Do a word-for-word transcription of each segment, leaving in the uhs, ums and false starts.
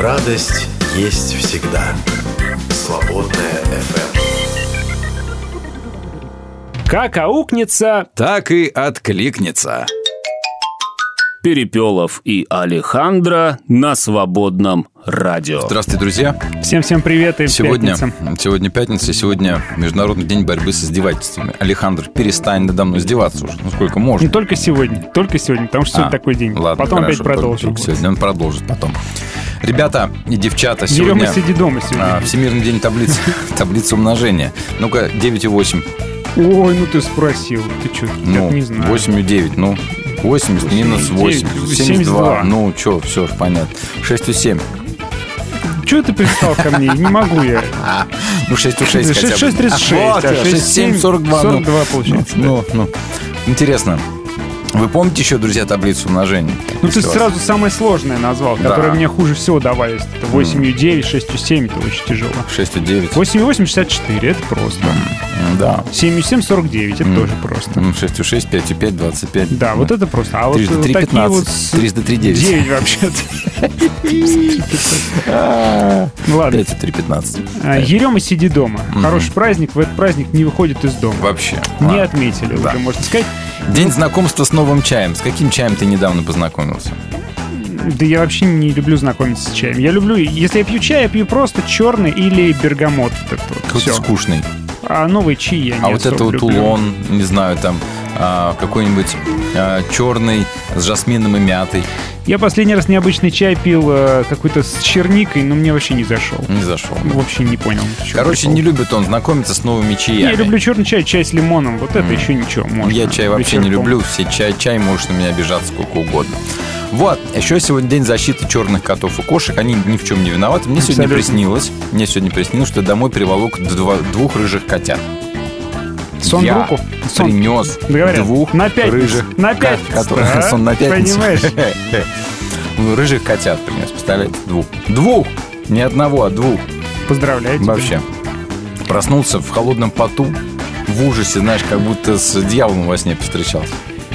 Радость есть всегда. Свободная эф эм. Как аукнется, так и откликнется. Перепелов и Алехандро на Свободном радио. Здравствуйте, друзья. Всем-всем привет и сегодня, пятница. Сегодня пятница, сегодня Международный день борьбы с издевательствами. Алехандро, перестань надо мной издеваться уже, ну сколько можно. Не только сегодня, только сегодня, потому что сегодня а, такой день. Ладно, потом хорошо, опять продолжим. Только сегодня он продолжит потом. Ребята и девчата, сегодня... Берем и сиди дома сегодня. А, Всемирный день таблицы, таблицы умножения. Ну-ка, девять и восемь. Ой, ну ты спросил, ты что, ну, не знаю. восемь и девять, ну... восемьдесят минус восемь, семьдесят два. Ну, что, все, понятно. шесть и семь. Чего ты пристал ко мне? Не могу я. Ну, шесть и шесть хотя бы. шесть тридцать шесть. шесть семь, сорок два. сорок два получается. Ну, ну, интересно. Вы помните еще, друзья, таблицу умножения? Ну, ты сразу самое сложное назвал, которое мне хуже всего давались. Это восемь и девять, шесть и семь, это очень тяжело. шесть и девять. восемь и восемь, шестьдесят четыре, это просто. Да. семь и семь, сорок девять, это тоже просто. шесть и шесть, пять и пять, двадцать пять. Да, вот это просто. А вот три, такие вот... триста три, девять. девять вообще-то. Ладно. пять и три, пятнадцать. Ерема, сиди дома. Хороший праздник, в этот праздник не выходит из дома. Вообще. Не отметили уже, можно сказать. День знакомства с новым чаем. С каким чаем ты недавно познакомился? Да я вообще не люблю знакомиться с чаем. Я люблю, если я пью чай, я пью просто черный или бергамот. Вот это вот. Какой-то скучный. А новый чай я не А вот это вот люблю. улон, не знаю, там а, какой-нибудь а, черный с жасмином и мятой. Я последний раз необычный чай пил э, какой-то с черникой, но мне вообще не зашел. Не зашел. Вообще не понял. Короче, прикол. Не любит он знакомиться с новыми чаями. Я люблю черный чай, чай с лимоном. Вот это mm. еще ничего. Можно. Я чай вообще вечерком. Не люблю. Все чай, чай, можешь на меня обижаться сколько угодно. Вот, еще сегодня день защиты черных котов и кошек. Они ни в чем не виноваты. Мне Абсолютно. сегодня приснилось, мне сегодня приснилось, что я домой приволок два, двух рыжих котят. Сон я в руку. Сон. принес Говорят, двух на рыжих на пятницу, котов. да? Сон на пятницу. Понимаешь? Рыжих котят принес, представляете? Двух. Двух! Не одного, а двух. Поздравляю тебя. Вообще. Проснулся в холодном поту, в ужасе, знаешь, как будто с дьяволом во сне повстречался.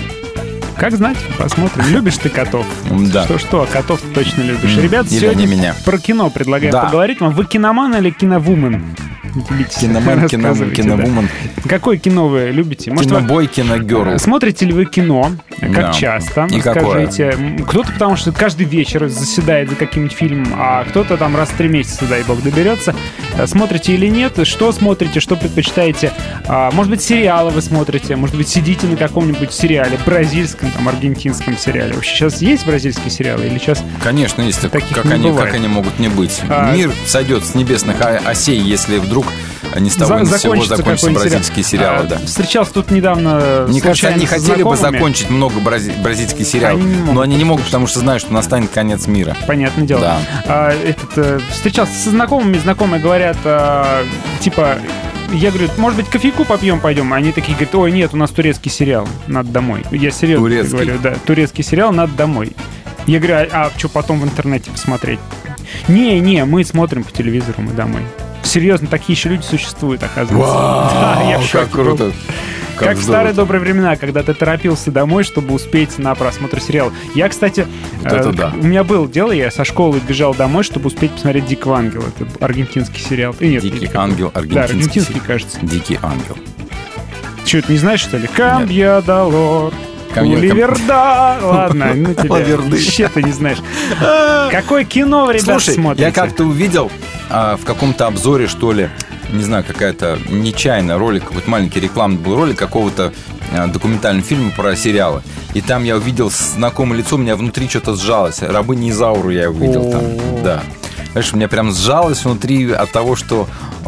Как знать, посмотрим. Любишь ты котов? Да. Что-что, а котов ты точно любишь. Mm. Ребята, или сегодня меня. Про кино предлагаю да. поговорить вам. Вы киноман или киновумен? Киноман, киновумен, киновумен. Да. Какое кино вы любите? Может, кинобой, киногерл. Смотрите ли вы кино? Как да. часто? И скажите. Какое? Кто-то потому что каждый вечер заседает за каким-нибудь фильмом, а кто-то там раз в три месяца, дай бог, доберется. Смотрите или нет? Что смотрите? Что предпочитаете? Может быть, сериалы вы смотрите? Может быть, сидите на каком-нибудь сериале, бразильском, там, аргентинском сериале? Вообще сейчас есть бразильские сериалы или сейчас? Конечно, есть. Таких как, не они, бывает. как они могут не быть? А... Мир сойдет с небесных осей, если вдруг ни с того ни с сего закончатся бразильские сериалы. А, да. Встречался тут недавно. Мне кажется, они хотели бы закончить много брази- бразильских сериалов, они но они не могут, потому что знают, что настанет конец мира. Понятное дело. Да. А, этот, а, встречался со знакомыми, знакомые говорят, а, типа, я говорю, может быть, кофейку попьем, пойдем? Они такие говорят, ой, нет, у нас турецкий сериал, надо домой. Я серьезно турецкий. говорю, да, турецкий сериал, надо домой. Я говорю, а, а что потом в интернете посмотреть? Не-не, мы смотрим по телевизору, мы домой. Серьезно, такие еще люди существуют, оказывается. Вау, да, я в шоке как круто. Был. Как, как в старые добрые времена, когда ты торопился домой, чтобы успеть на просмотр сериала. Я, кстати, вот это э, да. у меня было дело, я со школы бежал домой, чтобы успеть посмотреть «Дикого ангела». Это аргентинский сериал. И нет, Дикий нет, ангел, аргентинский. Да, аргентинский, кажется. Дикий ангел. Че, ты не знаешь, что ли? Камбья-долор. Ливерда. Ладно, ну тебя. Вообще ты не знаешь. Какое кино вы, ребята, Слушай, смотрите? я как-то увидел а, в каком-то обзоре, что ли, не знаю, какая-то нечаянная ролик, какой-то маленький рекламный был ролик какого-то а, документального фильма про сериалы. И там я увидел знакомое лицо, у меня внутри что-то сжалось. Рабыня Изауру я увидел там. Да. Знаешь, у меня прям сжалось внутри от того, что...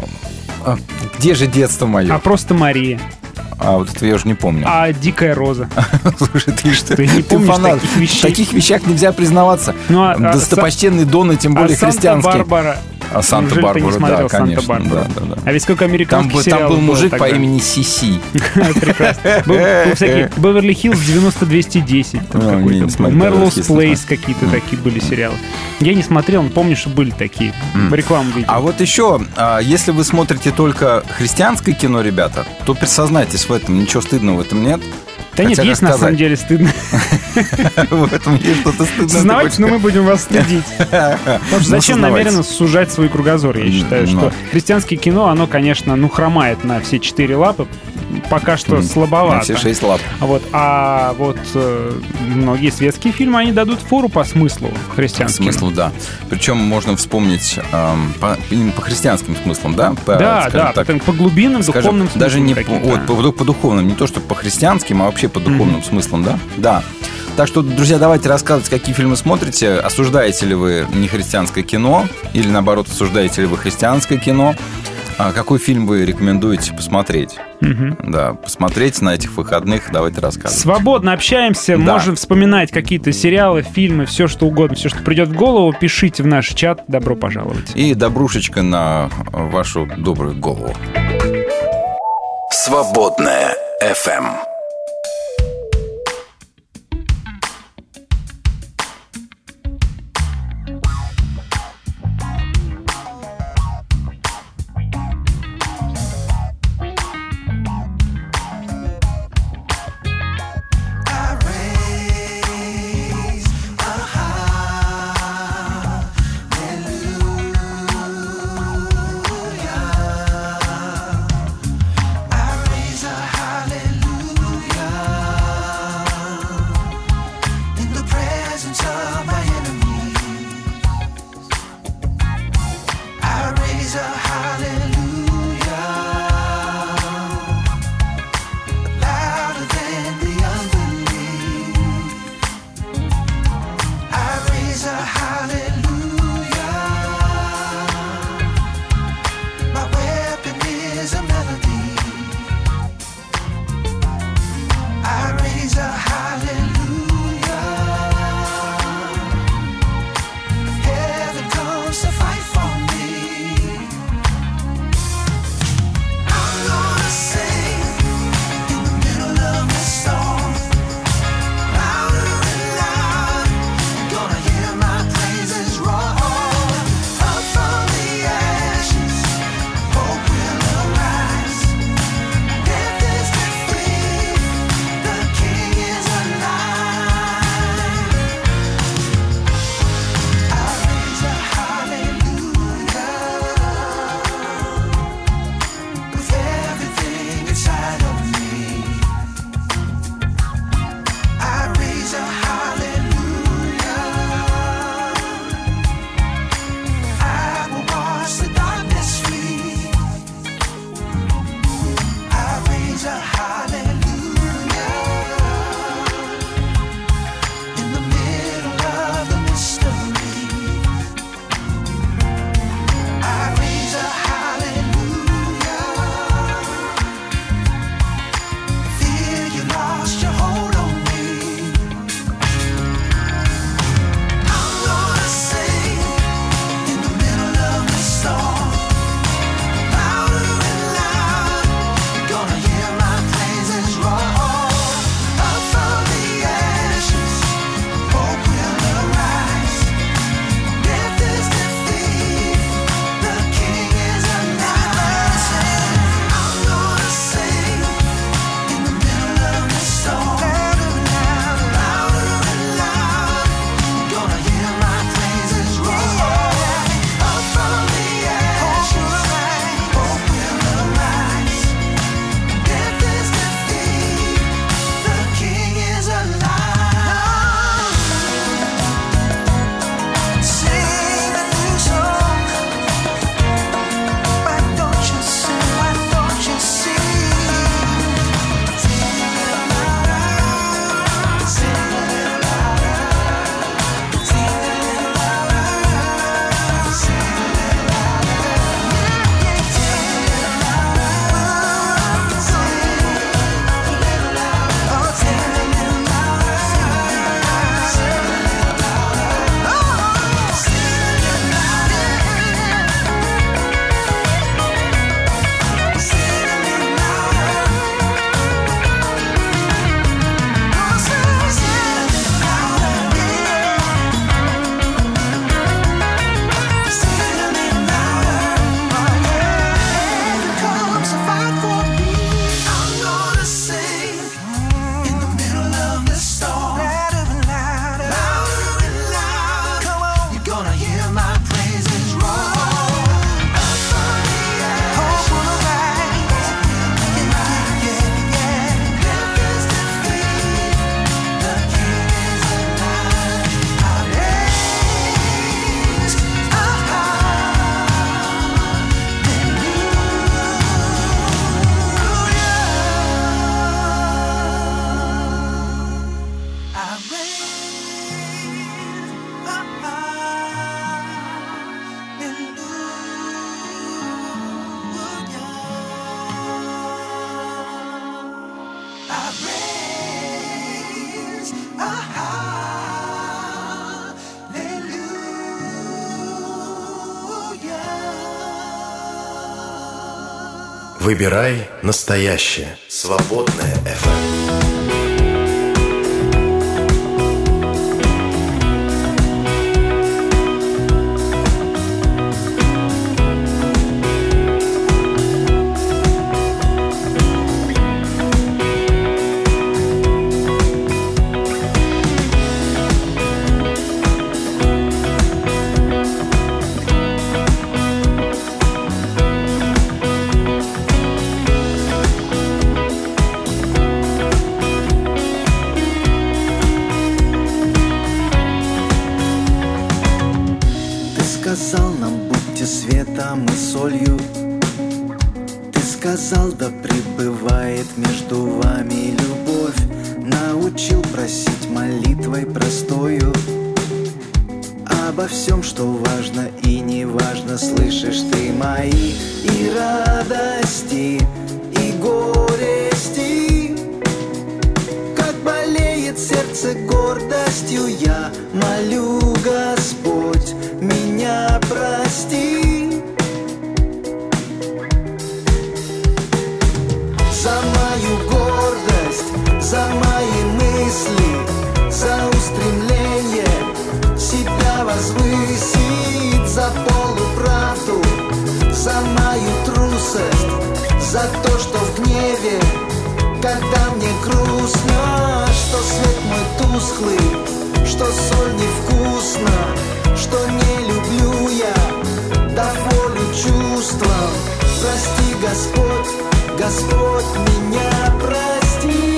Где же детство мое? А просто Мария. А вот это я уже не помню. А «Дикая роза». Слушай, ты что? Ты не помнишь фанат. таких вещей? В таких вещах нельзя признаваться. Ну, а, Достопочтенный Дон, и тем более а христианский. Санта-Барбара. А Санта-Барбара, да, конечно. Санта-Барбара? Да, да, да. А ведь сколько американских там, сериалов там был мужик было по тогда? имени Сиси. Прекрасно. Был, был всякие Беверли-Хиллз девяносто двести десять. Мерлоуз Плейс какие-то такие были сериалы. Я не смотрел, но помню, что были такие. Рекламу видел. А вот еще, если вы смотрите только христианское кино, ребята, то присознайтесь в этом. Ничего стыдного в этом нет. Да нет, есть на самом деле стыдно. В этом есть что-то стыдно. Сознавайтесь, но мы будем вас стыдить. Потому что зачем намеренно сужать свой кругозор? Я считаю, что христианское кино, оно, конечно, ну, хромает на все четыре лапы. Пока что слабовато. На все шесть лап. Вот. А вот э, многие светские фильмы, они дадут фору по смыслу христианским. По смыслу, да. Причем можно вспомнить эм, по, именно по христианским смыслам, да? По, да, да, так, по глубинным скажем, духовным смыслам. Даже не по, вот, по, по духовным, не то, что по христианским, а вообще по духовным mm-hmm. смыслам, да? Да. Так что, друзья, давайте рассказывать, какие фильмы смотрите. Осуждаете ли вы нехристианское кино? Или, наоборот, осуждаете ли вы христианское кино? А какой фильм вы рекомендуете посмотреть? Угу. Да, посмотреть на этих выходных, давайте рассказывать. Свободно общаемся, да. Можем вспоминать какие-то сериалы, фильмы, все что угодно, все, что придет в голову, пишите в наш чат, добро пожаловать. И добрушечка на вашу добрую голову. Свободная эф эм. Hallelujah. Выбирай настоящее. Свободное эф эм. сказал нам, будьте светом и солью. Ты сказал, да пребывает между вами любовь. Научил просить молитвой простою обо всем, что важно и не важно. Слышишь ты мои и радости, и горести. Как болеет сердце гордостью, я молю, Господь, меня прости. За мою гордость, за мои мысли, за устремление себя возвысить, за полуправду, за мою трусость, за то, что в гневе, когда мне грустно, что свет мой тусклый, что соль невкусна, что не люблю я, да волю чувствам. Прости, Господь, Господь, меня прости.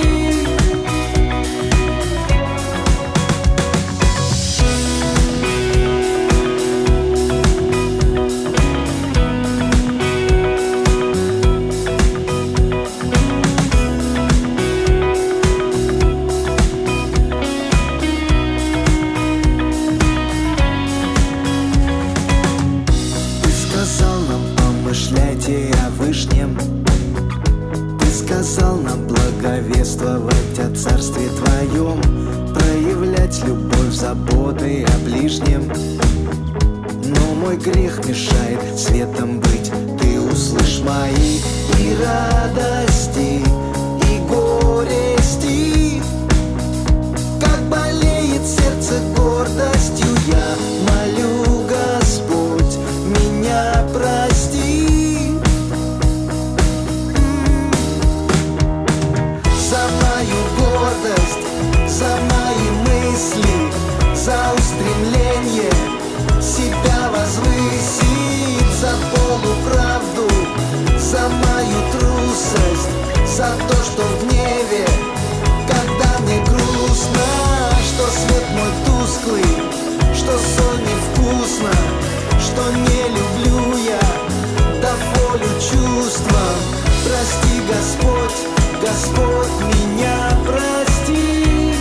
О Вышнем. Ты сказал нам благовествовать о Царстве Твоем, проявлять любовь, заботы о ближнем. Но мой грех мешает светом быть. Ты услышь мои и радости, и горести. Как болеет сердце гордостью, я молю, Господь, меня прости. За мои мысли, за устремление себя возвысить, за полуправду, за мою трусость, за то, что в гневе, когда мне грустно, что свет мой тусклый, что соль невкусна, что не люблю я, да волю чувствам. Прости, Господь, Господь, меня прости.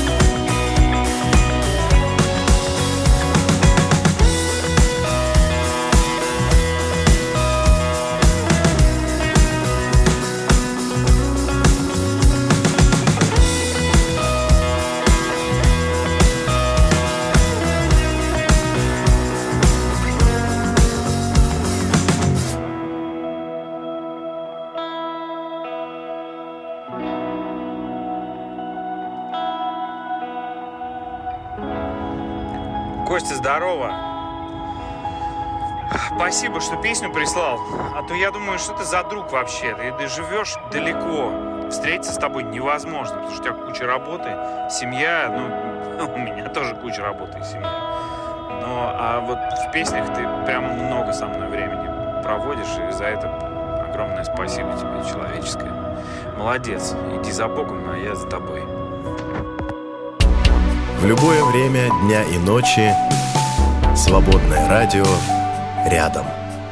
Костя, здорово. Спасибо, что песню прислал. А то я думаю, что ты за друг вообще. Ты, ты живешь далеко. Встретиться с тобой невозможно, потому что у тебя куча работы, семья. Ну, у меня тоже куча работы и семья. Но, а вот в песнях ты прям много со мной времени проводишь. И за это огромное спасибо тебе, человеческое. Молодец. Иди за Богом, а я за тобой. В любое время дня и ночи свободное радио рядом.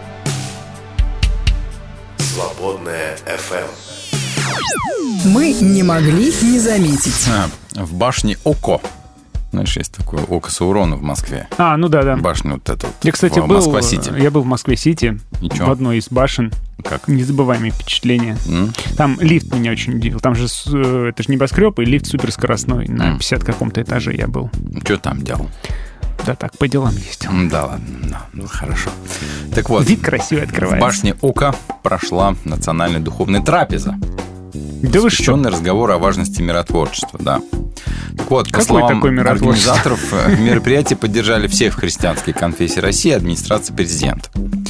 Свободное эф эм. Мы не могли не заметить. А, в башне Око. Знаешь, есть такое Око Саурона в Москве. А, ну да-да. Башня вот эта вот. Я, кстати, в был, Москва-Сити. я был в Москве-Сити, в одной из башен. Как? Незабываемые впечатления. Mm. Там лифт меня очень удивил. Там же это же небоскреб, и лифт суперскоростной. На mm. пятидесятом каком-то этаже я был. Что там делал? Да так, по делам ездил. Да ладно, ну хорошо. Так вот, вид красивый в открывается. башне Ока прошла национальная духовная трапеза. Да вы что? Посвященный разговор о важности миротворчества, да. Так вот, по Какое словам такое миротворчество? организаторов, мероприятие поддержали все христианские конфессии России и администрация президента.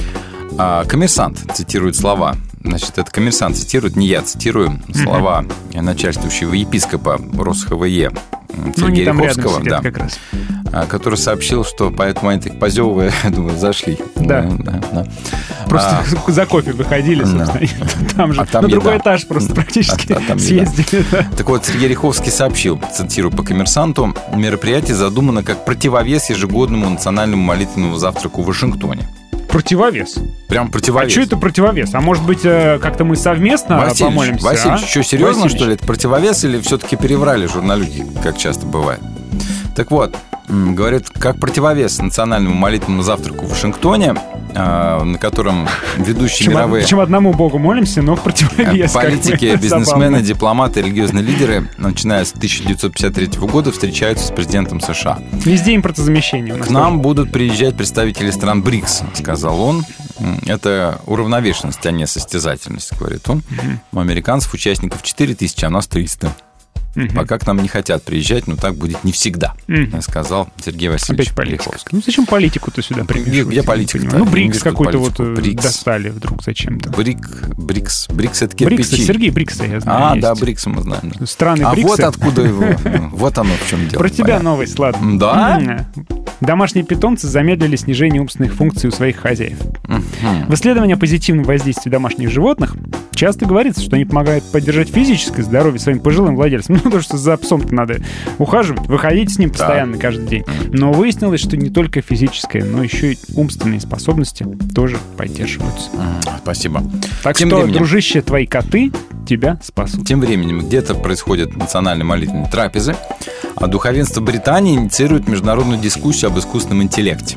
А «Коммерсант» цитирует слова. Значит, это «Коммерсант» цитирует, не я цитирую слова начальствующего епископа РосХВЕ Сергея ну, Риховского, да, как раз. который сообщил, что поэтому они так позевывая, думаю, зашли. Да. да, да. Просто а, за кофе выходили, собственно. Да. Там же а там на еда. другой этаж просто практически а, а съездили. Да. Так вот, Сергей Риховский сообщил, цитирую по «Коммерсанту», мероприятие задумано как противовес ежегодному национальному молитвенному завтраку в Вашингтоне. Противовес. Прям противовес. А что это противовес? А может быть, как-то мы совместно Васильевич, помолимся? Васильевич, а? что, серьезно, Васильевич? что ли? Это противовес или все-таки переврали журналюги, как часто бывает? Так вот, говорят, как противовес национальному молитвенному завтраку в Вашингтоне, на котором ведущие Чем, мировые... Чем одному богу молимся, но в противовес. Политики, бизнесмены, дипломаты, религиозные лидеры, начиная с тысяча девятьсот пятьдесят третьего года, встречаются с президентом США. Везде импортозамещение у нас. К нам тоже. будут приезжать представители стран БРИКС, сказал он. Это уравновешенность, а не состязательность, говорит он. У американцев участников четыре тысячи, а у нас триста. Угу. Пока к нам не хотят приезжать, но так будет не всегда, угу. сказал Сергей Васильевич Риховский. Ну зачем политику-то сюда примешивать? Где политика? Ну, БРИКС какой-то вот Брикс. достали вдруг зачем-то. Брик, БРИКС. БРИКС — это кирпичи. Брикса, Сергей Брикса, я знаю. А, есть. да, Брикса мы знаем. Да. Страны а Брикса. А вот откуда его. Вот оно в чем дело. Про тебя новость, ладно. Да? Домашние питомцы замедлили снижение умственных функций у своих хозяев. Uh-huh. В исследовании о позитивном воздействии домашних животных часто говорится, что они помогают поддержать физическое здоровье своим пожилым владельцам. Ну, потому что за псом-то надо ухаживать, выходить с ним постоянно, да. каждый день. Но выяснилось, что не только физическое, но еще и умственные способности тоже поддерживаются. Uh-huh. Спасибо. Так Тем что, временем... дружище, твои коты тебя спасут. Тем временем где-то происходят национальные молитвенные трапезы, а духовенство Британии инициирует международную дискуссию об искусственном интеллекте.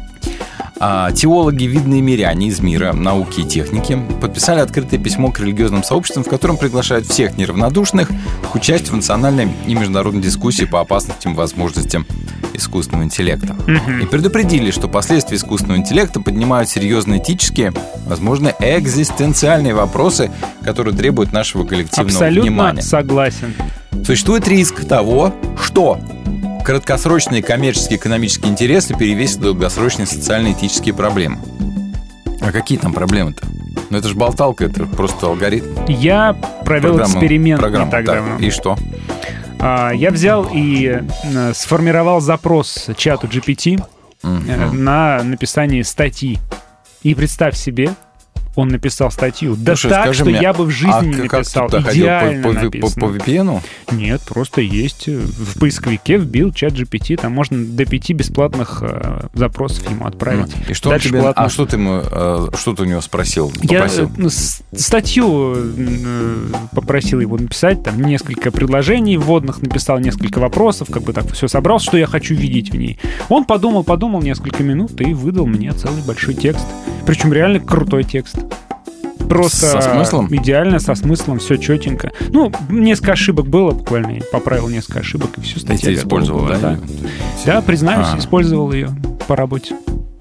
А теологи, видные миряне из мира науки и техники подписали открытое письмо к религиозным сообществам, в котором приглашают всех неравнодушных к участию в национальной и международной дискуссии по опасностям и возможностям искусственного интеллекта. Mm-hmm. И предупредили, что последствия искусственного интеллекта поднимают серьезные этические, возможно, экзистенциальные вопросы, которые требуют нашего коллективного Абсолютно внимания. Согласен. Существует риск того, что краткосрочные коммерческие и экономические интересы перевесят долгосрочные социально-этические проблемы. А какие там проблемы-то? Ну это же болталка, это просто алгоритм. Я провел программу, эксперимент программу, не так да. давно. И что? А, я взял и сформировал запрос чату джи пи ти uh-huh. на написание статьи. И представь себе, он написал статью. Да Слушай, так, что мне, я бы в жизни а не написал. Идеально по, по, написано. По, по ви пи эн? Нет, просто есть. В поисковике вбил чат джи пи ти. Там можно до пяти бесплатных э, запросов ему отправить. И что он тебе, а что ты, ему, э, что ты у него спросил? Попросил? Я э, статью э, попросил его написать. Там несколько предложений вводных, написал несколько вопросов. Как бы так все собрал, что я хочу видеть в ней. Он подумал, подумал несколько минут и выдал мне целый большой текст. Причем реально крутой текст. Просто со смыслом? Идеально, со смыслом, все четенько. Ну, несколько ошибок было буквально. Я поправил несколько ошибок, и всю статью. И ты использовал, была, да? Да, да признаюсь, а. использовал ее по работе.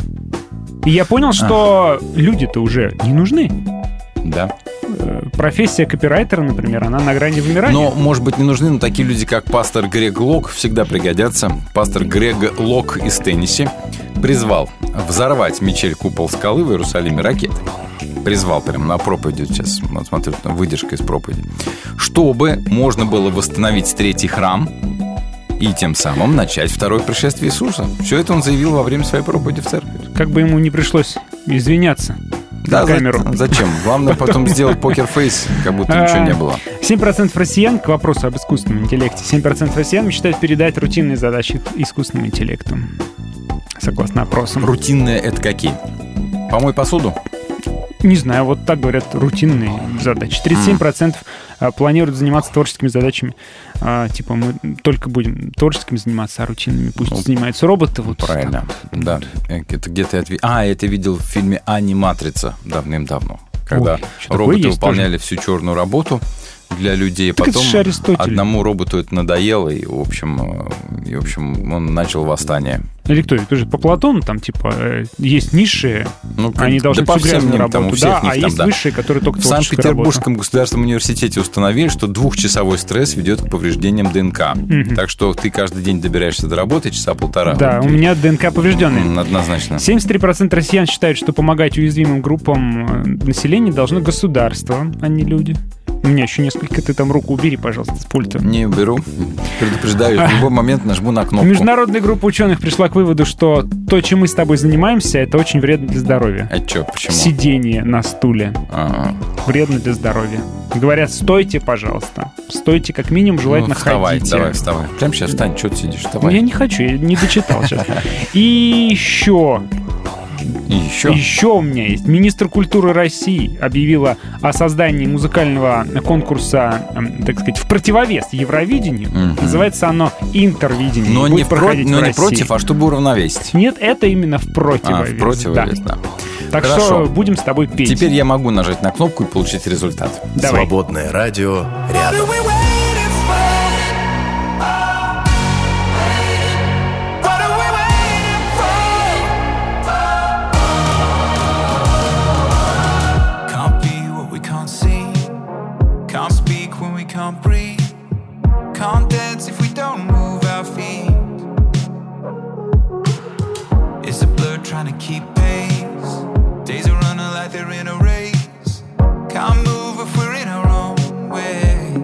И я понял, что а. люди-то уже не нужны. Да. Профессия копирайтера, например, она на грани вымирания. Но, может быть, не нужны, но такие люди, как пастор Грег Лок, всегда пригодятся. Пастор Грег Лок из Теннесси призвал взорвать мечель купол скалы в Иерусалиме ракетой. Призвал прям на проповеди, сейчас вот смотрю, выдержка из проповеди, чтобы можно было восстановить третий храм и тем самым начать второе пришествие Иисуса. Все это он заявил во время своей проповеди в церкви. Как бы ему не пришлось извиняться. Да, за, зачем? Главное потом сделать покерфейс, как будто ничего не было. семь процентов россиян, к вопросу об искусственном интеллекте, семь процентов россиян мечтают передать рутинные задачи искусственному интеллекту. Согласно опросам. Рутинные это какие? Помой посуду? Не знаю, вот так говорят, рутинные задачи. тридцать семь процентов mm. планируют заниматься творческими задачами. А, типа мы только будем творческими заниматься, а рутинными пусть ну, занимаются роботы. Вот правильно, там. Да. Это где-то... Отв... А, это видел в фильме «Аниматрица» давным-давно. Когда Ой, роботы выполняли тоже? Всю черную работу для людей. Так потом одному роботу это надоело, и, в общем, и, в общем, он начал восстание. Или кто? Это же по Платону там, типа, э, есть низшие, Ну, они должны да по всю всем грязную ним, там, у работу. всех Да, них а там, есть да. высшие, которые только В творческую Санкт-Петербургском государственном университете установили, что двухчасовой стресс ведет к повреждениям ДНК. Мгм. Так что ты каждый день добираешься до работы часа полтора. работу. Да, у меня ДНК поврежденная. М, Однозначно. семьдесят три процента россиян считают, что помогать уязвимым группам э, населения должно государство, а не люди. У меня еще несколько. Ты там руку убери, пожалуйста, с пульта. Не беру. Предупреждаю, в любой момент нажму на кнопку. Международная группа ученых пришла к выводу, что то, чем мы с тобой занимаемся, это очень вредно для здоровья. А чё, почему? Сидение на стуле А, вредно для здоровья. Говорят, стойте, пожалуйста. Стойте как минимум, желательно ну, вставай, ходите. давай, вставай. Прямо сейчас встань, что ты сидишь? Я Вставай. не хочу, я не дочитал сейчас. И еще, И еще. еще у меня есть. Министр культуры России объявила о создании музыкального конкурса, эм, так сказать, в противовес Евровидению. Мгм. Называется оно «Интервидение». Но, И не, будет в про- проходить в но не России. против, а чтобы уравновесить. Нет, это именно в А, противовес. в противовес, да. да. Так Хорошо. что будем с тобой петь. Теперь я могу нажать на кнопку и получить результат. Давай. Свободное радио рядом. Can't be what we can't see. Can't speak when we can't breathe. Can't dance if we don't move our feet. It's a blur trying to keep pace. Days are running like they're in a race. Can't move if we're in our own way.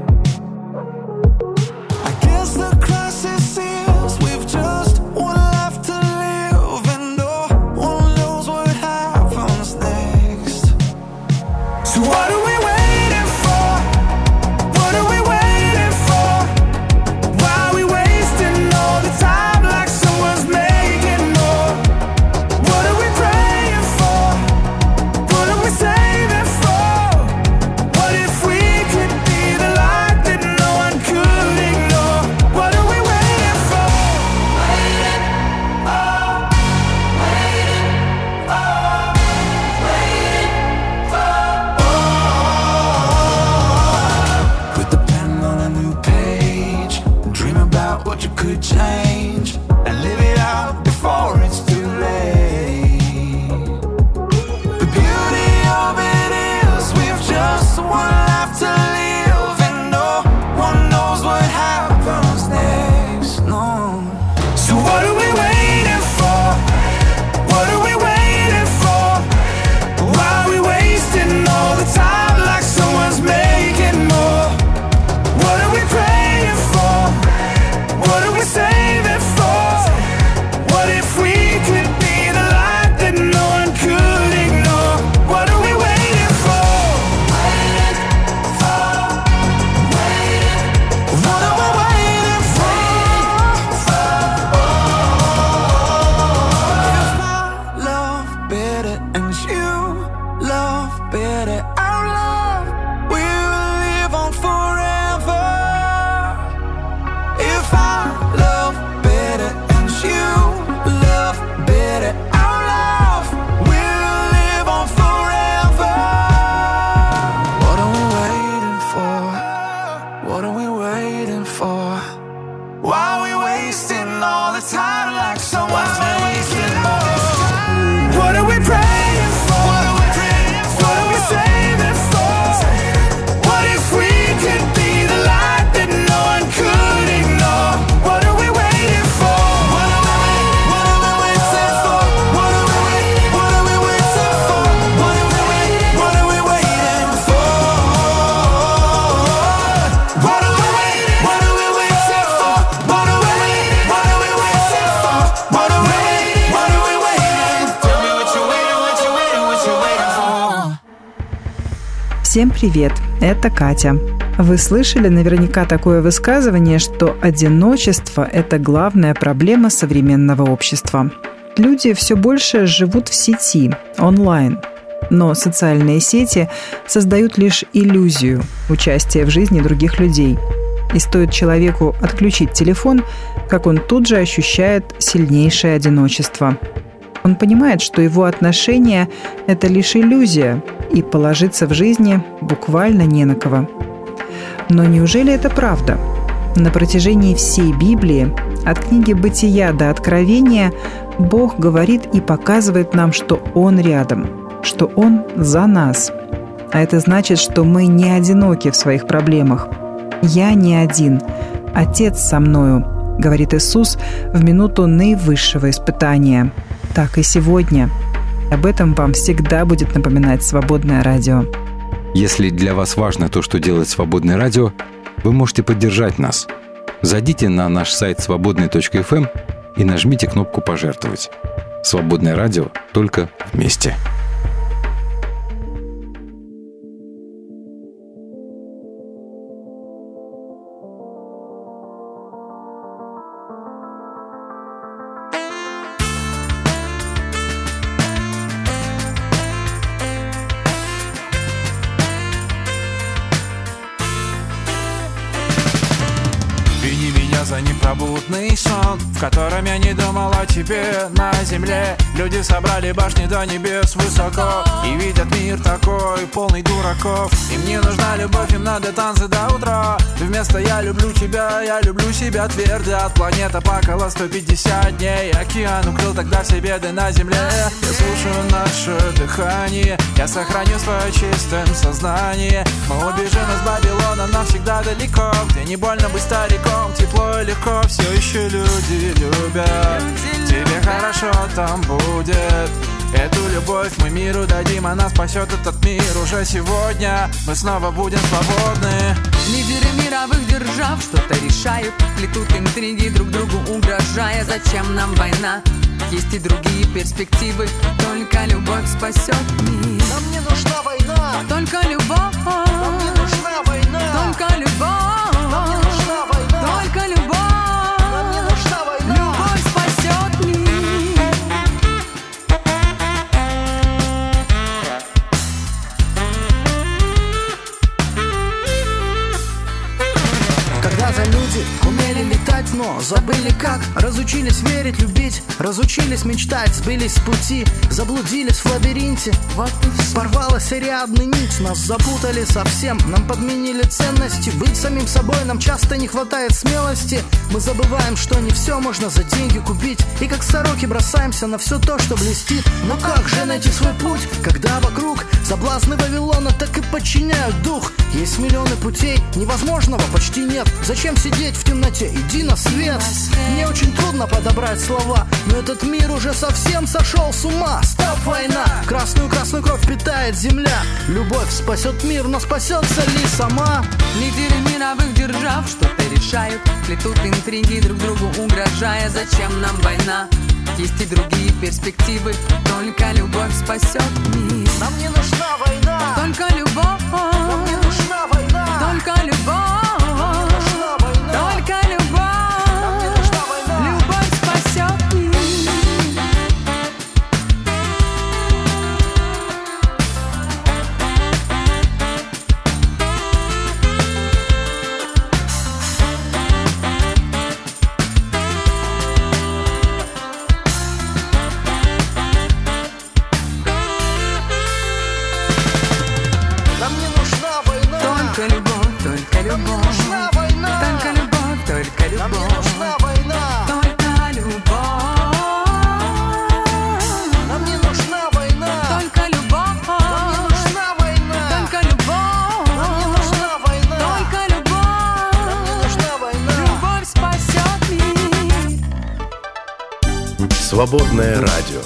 I guess the crisis is we've just one life to live, and no one knows what happens next. So what are we waiting for? What are we waiting for? Why are we wasting all the time like someone's making more? What are we praying for? What are we saving for? What if we could be the light that no one could ignore? What are we waiting for? Waiting, oh, waiting, oh, waiting for. Put the pen on a new page. Dream about what you could change and live it out before it's too late. The beauty of it is we've just one life to live, and no one knows what happens next. No. So what are we waiting for? What are we waiting for? Why are we wasting all the time like someone's making more? What are we praying for? What are we saving for? What if we could be the light that no one could ignore? What are we waiting for? Waiting for, waiting. What are we waiting for? If I love better and you love better, our love will live on forever. If I love better and you love better, our love will live on forever. What are we waiting for? What are we waiting for? Why are we wasting all the time like someone's making more? What are we praying for? What are we praying for? What are we saving for? What if we could be the light that no one could ignore? What are we waiting for? What are we waiting? What are we waiting for? What are we waiting? What are we waiting for? What are we waiting? What are we waiting for? What are we waiting? What are we waiting for? What are we waiting? What are we waiting for? What are we waiting? What are we waiting? Tell me what you're waiting, what you're waiting, what you're waiting for. Всем привет, это Катя. Вы слышали наверняка такое высказывание, что одиночество – это главная проблема современного общества. Люди все больше живут в сети, онлайн. Но социальные сети создают лишь иллюзию участия в жизни других людей. И стоит человеку отключить телефон, как он тут же ощущает сильнейшее одиночество. Он понимает, что его отношения – это лишь иллюзия, и положиться в жизни буквально не на кого. Но неужели это правда? На протяжении всей Библии От книги «Бытия» до «Откровения» Бог говорит и показывает нам, что Он рядом, что Он за нас. А это значит, что мы не одиноки в своих проблемах. «Я не один. Отец со мною», — говорит Иисус в минуту наивысшего испытания. Так и сегодня. Об этом вам всегда будет напоминать «Свободное радио». Если для вас важно то, что делает «Свободное радио», вы можете поддержать нас. Зайдите на наш сайт свободный точка эф эм и нажмите кнопку «Пожертвовать». «Свободное радио» только вместе. За непробудный сон, в котором я не думал о тебе. На земле люди собрали башни до небес высоко и видят мир такой, полный дураков. Им не нужна любовь, им надо танцы до утра. Вместо «я люблю тебя», я люблю себя твердят. Планета плакала сто пятьдесят дней, океан укрыл тогда все беды на земле. Я слушаю наше дыхание, я сохраню свое чистое сознание. Мы убежим из Вавилона навсегда далеко, где не больно быть стариком, тепло и легко, все еще люди любят. Тебе хорошо там будет. Эту любовь мы миру дадим, она спасет этот мир. Уже сегодня мы снова будем свободны. Лидеры мировых держав что-то решают, плетут интриги, друг другу угрожая. Зачем нам война? Есть и другие перспективы. Только любовь спасет мир. Нам не нужна война. Только любовь. Нам не нужна война. Только любовь. Нам не нужна война. Только любовь. Нам не нужна война. Любовь спасет мир. Когда-то люди умели летать, но забыли как. Разучились верить, любить, разучились мечтать. Сбились с пути, заблудились в лабиринте. Вот и все. Порвалась Ариадна нить, нас запутали совсем. Нам подменили ценности, быть самим собой нам часто не хватает смелости. Мы забываем, что не все можно за деньги купить. И как сороки бросаемся на все то, что блестит. Но как же найти свой путь, когда вокруг соблазны Вавилона так и подчиняют дух? Есть миллионы путей, невозможного почти нет. Зачем сидеть в темноте? Иди на свет. Мне очень трудно подобрать слова, но этот мир уже совсем сошел с ума. Стоп, война! Красную-красную кровь питает земля. Любовь спасет мир, но спасется ли сама? Лидеры мировых держав что-то решают, плетут интриги, друг другу угрожая. Зачем нам война? Есть и другие перспективы. Только любовь спасет мир. Нам не нужна война. Только любовь. Нам не нужна война. Только любовь. Только любовь, любовь спасет мир. Нам не нужна война. Только любовь, только любовь. Только любовь, только любовь. Нам не нужна война. Только любовь. Нам не нужна война. Только любовь. Нам не нужна война. Только любовь. Нам не нужна война. Только любовь. Нам не нужна война. Любовь спасет мир. Свободное радио.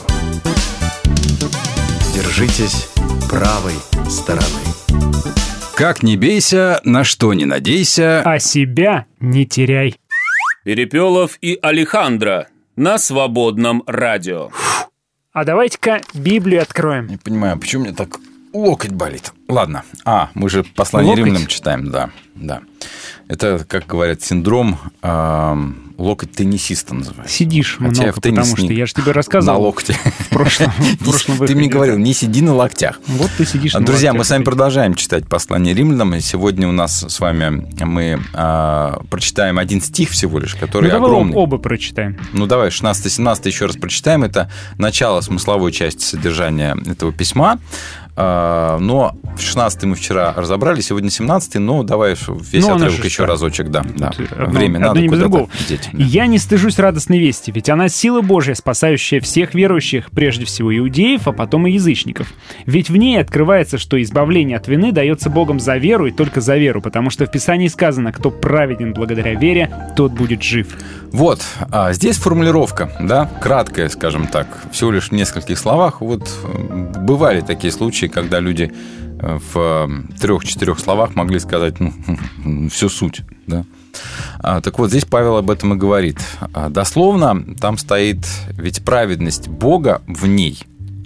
Держитесь правой стороны. Как не бейся, на что не надейся. А себя не теряй. Перепелов и Алехандро на Свободном радио. А давайте-ка Библию откроем. Не понимаю, почему мне так локоть болит. Ладно. А, мы же послание Локоть? Римлянам читаем, да, да. Это, как говорят, синдром э, локоть теннисиста называется. Сидишь Хотя много, в теннис потому что не- я же тебе рассказывал на локте. в прошлом, в прошлом Ты мне выходе. говорил, не сиди на локтях. Вот ты сидишь на Друзья, мы локтях. с вами продолжаем читать послание Римлянам. И сегодня у нас с вами мы а, прочитаем один стих всего лишь, который Ну, давай огромный. оба прочитаем. Ну, давай, шестнадцатый-семнадцатый еще раз прочитаем. Это начало смысловой части содержания этого письма. А, но шестнадцатый мы вчера разобрали, сегодня семнадцатый, но давай весь ну, отрывок еще так. разочек, да. да. Одно, Время одно надо не без куда-то другого. деть. Да. «Я не стыжусь радостной вести, ведь она сила Божья, спасающая всех верующих, прежде всего иудеев, а потом и язычников. Ведь в ней открывается, что избавление от вины дается Богом за веру и только за веру, потому что в Писании сказано, кто праведен благодаря вере, тот будет жив». Вот, а здесь формулировка, да, краткая, скажем так, всего лишь в нескольких словах. Вот бывали такие случаи, когда люди в трех-четырех словах могли сказать, ну, всю суть, да. А, так вот, здесь Павел об этом и говорит. А, дословно там стоит, ведь праведность Бога в ней,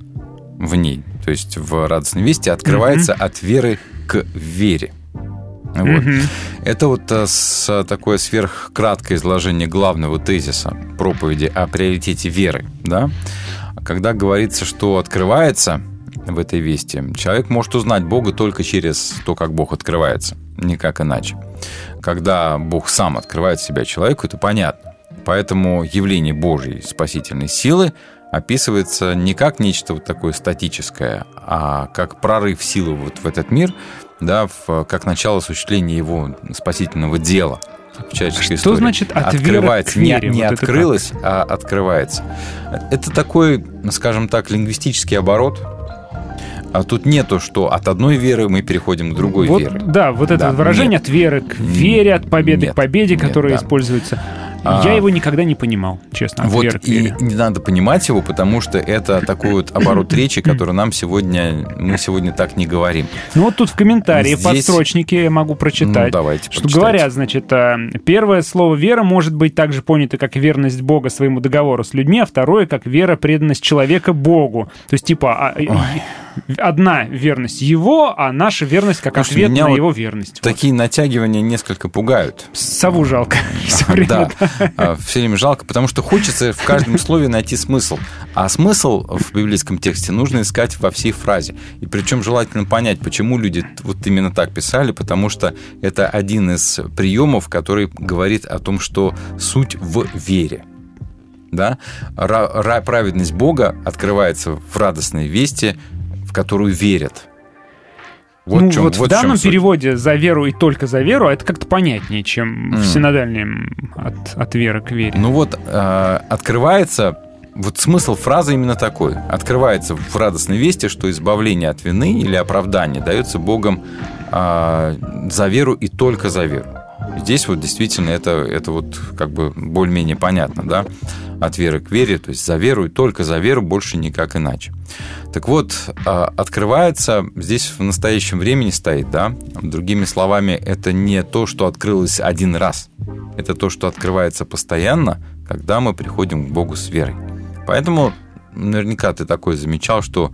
в ней, то есть в радостной вести, открывается mm-hmm. от веры к вере. Вот. Mm-hmm. Это вот с, такое сверхкраткое изложение главного тезиса проповеди о приоритете веры, да? Когда говорится, что открывается в этой вести, человек может узнать Бога только через то, как Бог открывается, никак иначе. Когда Бог сам открывает себя человеку, это понятно. Поэтому явление Божьей спасительной силы описывается не как нечто вот такое статическое, а как прорыв силы вот в этот мир, да, в, как начало осуществления его спасительного дела в человеческой что истории. Что значит от открывается, веры к вере? Не, не вот открылось, а открывается. Это такой, скажем так, лингвистический оборот. А тут нету, что от одной веры мы переходим к другой вот, вере. Да, вот это да, выражение нет. от веры к вере, от победы нет, к победе, нет, которое да. используется. А, Я его никогда не понимал, честно, от вот веры к и вере. не надо понимать его, потому что это такой вот оборот речи, который нам сегодня, мы сегодня так не говорим. Ну вот тут в комментарии, Здесь... в подстрочнике я могу прочитать, ну, давайте, что прочитайте. говорят, значит, первое слово «вера» может быть также понято как верность Бога своему договору с людьми, а второе как вера, преданность человека Богу. То есть, типа, Ой. одна верность его, а наша верность как Слушай, ответ на вот его верность. Такие вот. Натягивания несколько пугают. Сову жалко. Все время, да, да. Все время жалко, потому что хочется в каждом слове найти смысл. А смысл в библейском тексте нужно искать во всей фразе. И причем желательно понять, почему люди вот именно так писали, потому что это один из приемов, который говорит о том, что суть в вере. Да? Праведность Бога открывается в радостной вести, в которую верят. Вот, ну, чем, вот, вот в данном суть. переводе «за веру и только за веру» это как-то понятнее, чем mm. в синодальном от, «от веры к вере». Ну вот, э, открывается, вот смысл фразы именно такой. Открывается в радостной вести, что избавление от вины или оправдание дается Богом э, за веру и только за веру. Здесь вот действительно это, это вот как бы более-менее понятно, да? От веры к вере, то есть за веру и только за веру, больше никак иначе. Так вот, открывается, здесь в настоящем времени стоит, да? Другими словами, это не то, что открылось один раз. Это то, что открывается постоянно, когда мы приходим к Богу с верой. Поэтому наверняка ты такое замечал, что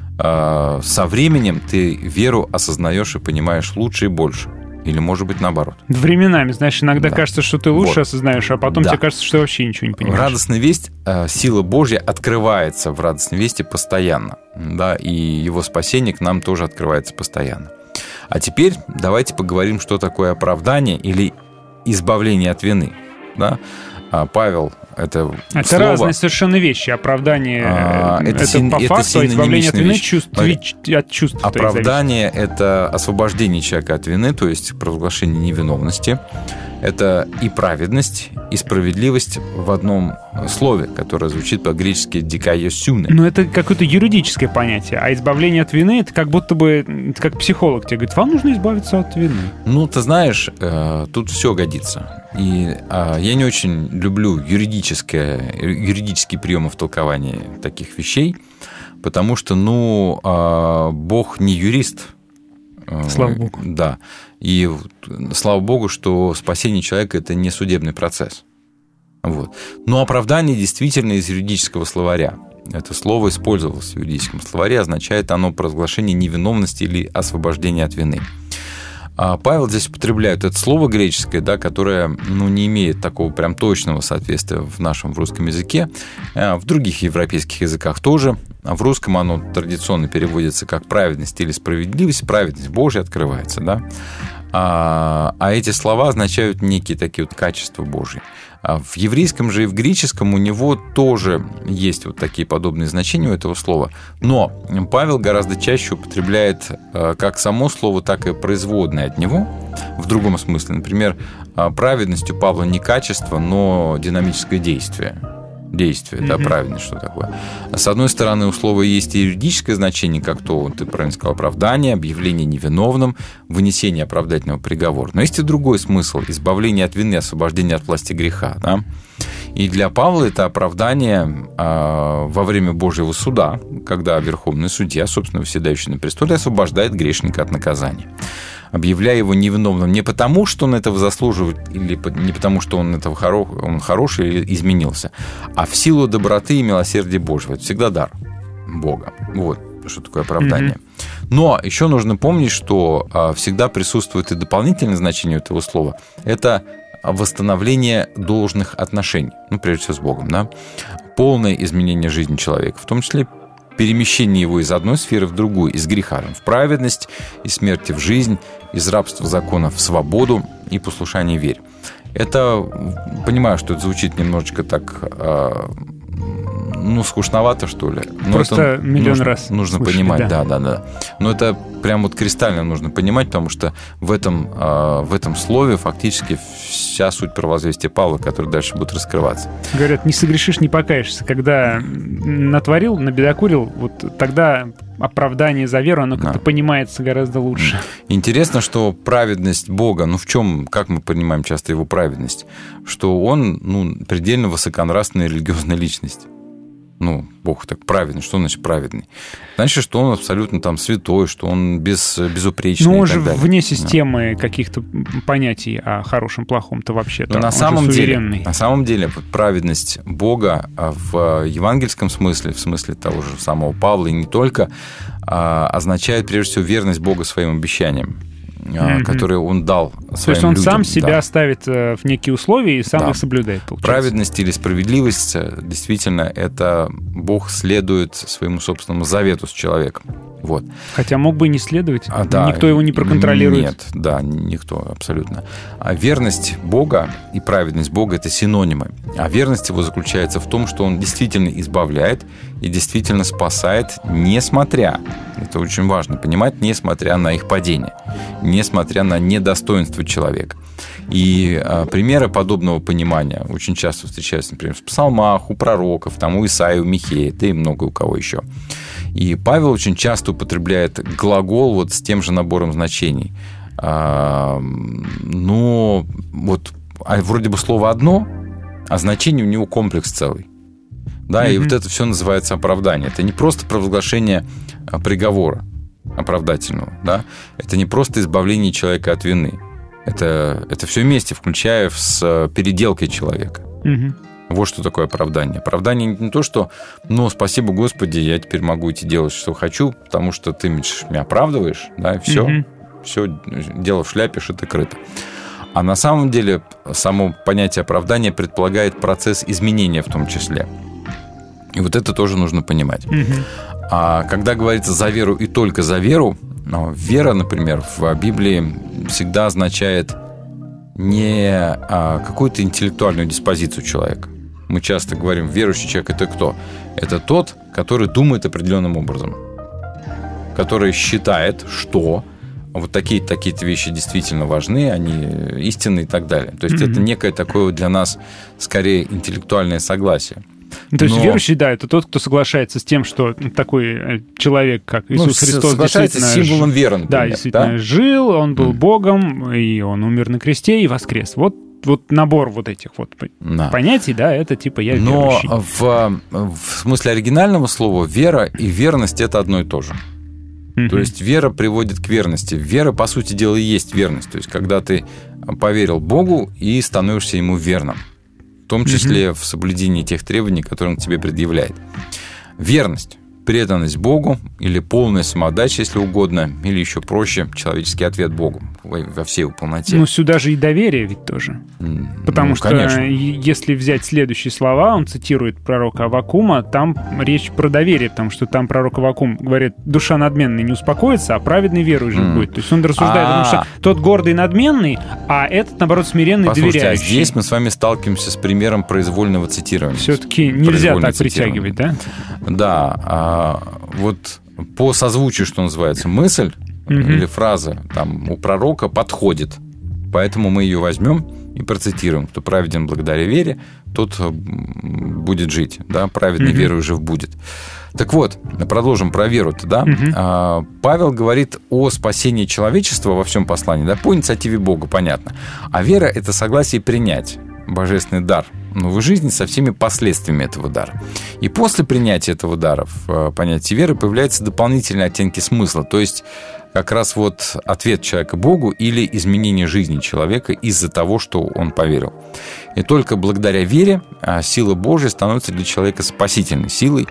э, со временем ты веру осознаешь и понимаешь лучше и больше. Или, может быть, наоборот. Временами, знаешь, иногда да. кажется, что ты лучше вот. осознаешь, а потом да. тебе кажется, что вообще ничего не понимаешь. Радостная весть, сила Божья открывается в радостной вести постоянно. Да, и его спасение к нам тоже открывается постоянно. А теперь давайте поговорим, что такое оправдание или избавление от вины. Да? Павел, это, это слово... разные совершенно вещи. Оправдание а, это, это, син... по это факту, а избавление от вины чувств, от чувств. Оправдание – это освобождение человека от вины, то есть провозглашение невиновности. Это и праведность, и справедливость в одном слове, которое звучит по-гречески «дикайосюне». Но это какое-то юридическое понятие, а избавление от вины – это как будто бы, это как психолог тебе говорит, вам нужно избавиться от вины. Ну, ты знаешь, тут все годится. И я не очень люблю юридическое, юридические приемы в толковании таких вещей, потому что, ну, Бог не юрист. Слава Богу. Да. И слава Богу, что спасение человека – это не судебный процесс. Вот. Но оправдание действительно из юридического словаря. Это слово использовалось в юридическом словаре, означает оно провозглашение невиновности или освобождение от вины. А Павел здесь употребляет это слово греческое, да, которое ну, не имеет такого прям точного соответствия в нашем в русском языке. В других европейских языках тоже. В русском оно традиционно переводится как праведность или справедливость. Праведность Божья открывается. Да? А, а эти слова означают некие такие вот качества Божьи. А в еврейском же и в греческом у него тоже есть вот такие подобные значения у этого слова. Но Павел гораздо чаще употребляет как само слово, так и производное от него в другом смысле. Например, праведность у Павла не качество, но динамическое действие. Действие, mm-hmm. да, правильно, что такое. С одной стороны, у слова есть и юридическое значение, как то, ты правильно сказал, оправдание, объявление невиновным, вынесение оправдательного приговора. Но есть и другой смысл – избавление от вины, освобождение от власти греха. Да? И для Павла это оправдание э, во время Божьего суда, когда верховный судья, собственно, восседающий на престоле, освобождает грешника от наказания, объявляя его невиновным не потому, что он этого заслуживает, или не потому, что он, этого хоро... он хороший или изменился, а в силу доброты и милосердия Божьего. Это всегда дар Бога. Вот что такое оправдание. Mm-hmm. Но еще нужно помнить, что а, всегда присутствует и дополнительное значение этого слова. Это восстановление должных отношений, ну, прежде всего, с Богом, да? Полное изменение жизни человека, в том числе перемещение его из одной сферы в другую, из греха в праведность, из смерти в жизнь, из рабства законов в свободу и послушание вере. Это, понимаю, что это звучит немножечко так, ну, скучновато, что ли. Но просто миллион нужно, раз нужно слышали, понимать, да. да, да, да. Но это прям вот кристально нужно понимать, потому что в этом, в этом слове фактически вся суть провозвестия Павла, которая дальше будет раскрываться. Говорят, не согрешишь, не покаешься. Когда натворил, набедокурил, вот тогда оправдание за веру, оно как-то да. понимается гораздо лучше. Интересно, что праведность Бога, ну в чем, как мы понимаем часто его праведность, что он, ну, предельно высоконравственная религиозная личность. Ну, Бог так праведный. Что значит праведный? Значит, что он абсолютно там святой, что он без, безупречный. Ну, он и так же далее. вне системы да. каких-то понятий о хорошем, плохом-то вообще-то. Но на он самом, же деле, на самом деле праведность Бога в евангельском смысле, в смысле того же самого Павла и не только, означает прежде всего верность Бога своим обещаниям, mm-hmm. которые он дал своим людям. То есть он людям. сам себя да. ставит в некие условия и сам да. их соблюдает, получается. Праведность или справедливость, действительно, это Бог следует своему собственному завету с человеком. Вот. Хотя мог бы и не следовать, а, да, никто его не проконтролирует. Нет, да, никто, абсолютно. А верность Бога и праведность Бога – это синонимы. А верность его заключается в том, что он действительно избавляет и действительно спасает, несмотря, это очень важно понимать, несмотря на их падение, несмотря на недостоинство человека. И а, примеры подобного понимания очень часто встречаются, например, в псалмах, у пророков, там, у Исаии, у Михея, да и много у кого еще. И Павел очень часто употребляет глагол вот с тем же набором значений. А, но вот а вроде бы слово одно, а значение у него комплекс целый. Да, mm-hmm. и вот это все называется оправдание. Это не просто провозглашение приговора оправдательного, да? Это не просто избавление человека от вины. Это, это все вместе, включая с переделкой человека. Mm-hmm. Вот что такое оправдание. Оправдание не то, что, ну, спасибо, Господи, я теперь могу идти делать, что хочу, потому что ты меня оправдываешь, да, и все, mm-hmm. все, дело в шляпе, шито-крыто. А на самом деле само понятие оправдания предполагает процесс изменения в том числе. И вот это тоже нужно понимать. Mm-hmm. А когда говорится «за веру» и только «за веру», ну, вера, например, в Библии всегда означает не а, какую-то интеллектуальную диспозицию человека. Мы часто говорим, верующий человек – это кто? Это тот, который думает определенным образом, который считает, что вот такие, такие-то вещи действительно важны, они истинны и так далее. То есть mm-hmm. это некое такое для нас скорее интеллектуальное согласие. То есть Но... верующий, да, это тот, кто соглашается с тем, что такой человек, как Иисус ну, Христос, соглашается с символом веры, например, да, действительно да? жил, он был mm. Богом, и он умер на кресте и воскрес. Вот, вот набор вот этих вот да. понятий, да, это типа я верующий. Но в, в смысле оригинального слова вера и верность – это одно и то же. Mm-hmm. То есть вера приводит к верности. Вера, по сути дела, и есть верность. То есть когда ты поверил Богу и становишься Ему верным. В том числе mm-hmm. в соблюдении тех требований, которые он к тебе предъявляет. Верность. преданность Богу или полная самоотдача, если угодно, или еще проще, человеческий ответ Богу во всей его полноте. Ну, сюда же и доверие ведь тоже. Потому ну, что конечно. если взять следующие слова, он цитирует пророка Аввакума, там речь про доверие, потому что там пророк Аввакум говорит, душа надменная не успокоится, а праведный верой жить mm. будет. То есть он рассуждает, потому что тот гордый надменный, а этот, наоборот, смиренный Послушайте, доверяющий. А здесь мы с вами сталкиваемся с примером произвольного цитирования. Все-таки нельзя так притягивать, да? Да. А, вот по созвучию, что называется, мысль mm-hmm. или фраза там, у пророка подходит. Поэтому мы ее возьмем и процитируем. Кто праведен благодаря вере, тот будет жить. Да? Праведный mm-hmm. верой жив будет. Так вот, продолжим про веру-то. Да? Mm-hmm. Павел говорит о спасении человечества во всем послании, да? По инициативе Бога, понятно. А вера – это согласие принять божественный дар в новой жизни со всеми последствиями этого дара. И после принятия этого дара в понятии веры появляются дополнительные оттенки смысла. То есть как раз вот ответ человека Богу или изменение жизни человека из-за того, что он поверил. И только благодаря вере сила Божия становится для человека спасительной силой.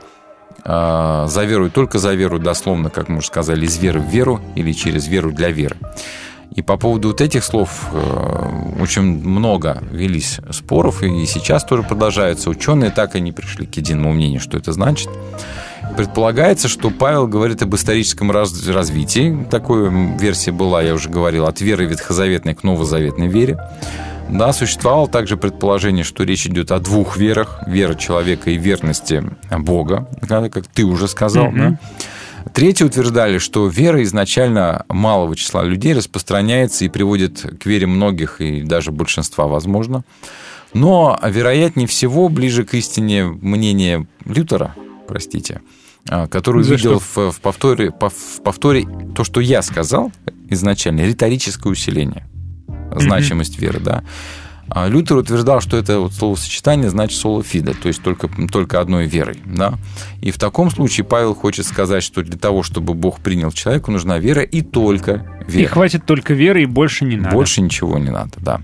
За веру и только за веру, дословно, как мы уже сказали, из веры в веру или через веру для веры. И по поводу вот этих слов очень много велись споров, и сейчас тоже продолжаются. Ученые так и не пришли к единому мнению, что это значит. Предполагается, что Павел говорит об историческом раз- развитии. Такой версия была, я уже говорил, от веры ветхозаветной к новозаветной вере. Да, существовало также предположение, что речь идет о двух верах. Вера человека и верности Бога, как ты уже сказал, mm-hmm. да? Третьи утверждали, что вера изначально малого числа людей распространяется и приводит к вере многих и даже большинства, возможно. Но, вероятнее всего, ближе к истине мнение Лютера, простите, который За увидел что? в, в, повторе, в повторе то, что я сказал изначально, риторическое усиление, значимость mm-hmm. веры, да. Лютер утверждал, что это вот словосочетание значит соло фиде, то есть только, только одной верой. Да? И в таком случае Павел хочет сказать, что для того, чтобы Бог принял человека, нужна вера и только вера. И хватит только веры, и больше не надо. Больше ничего не надо, да.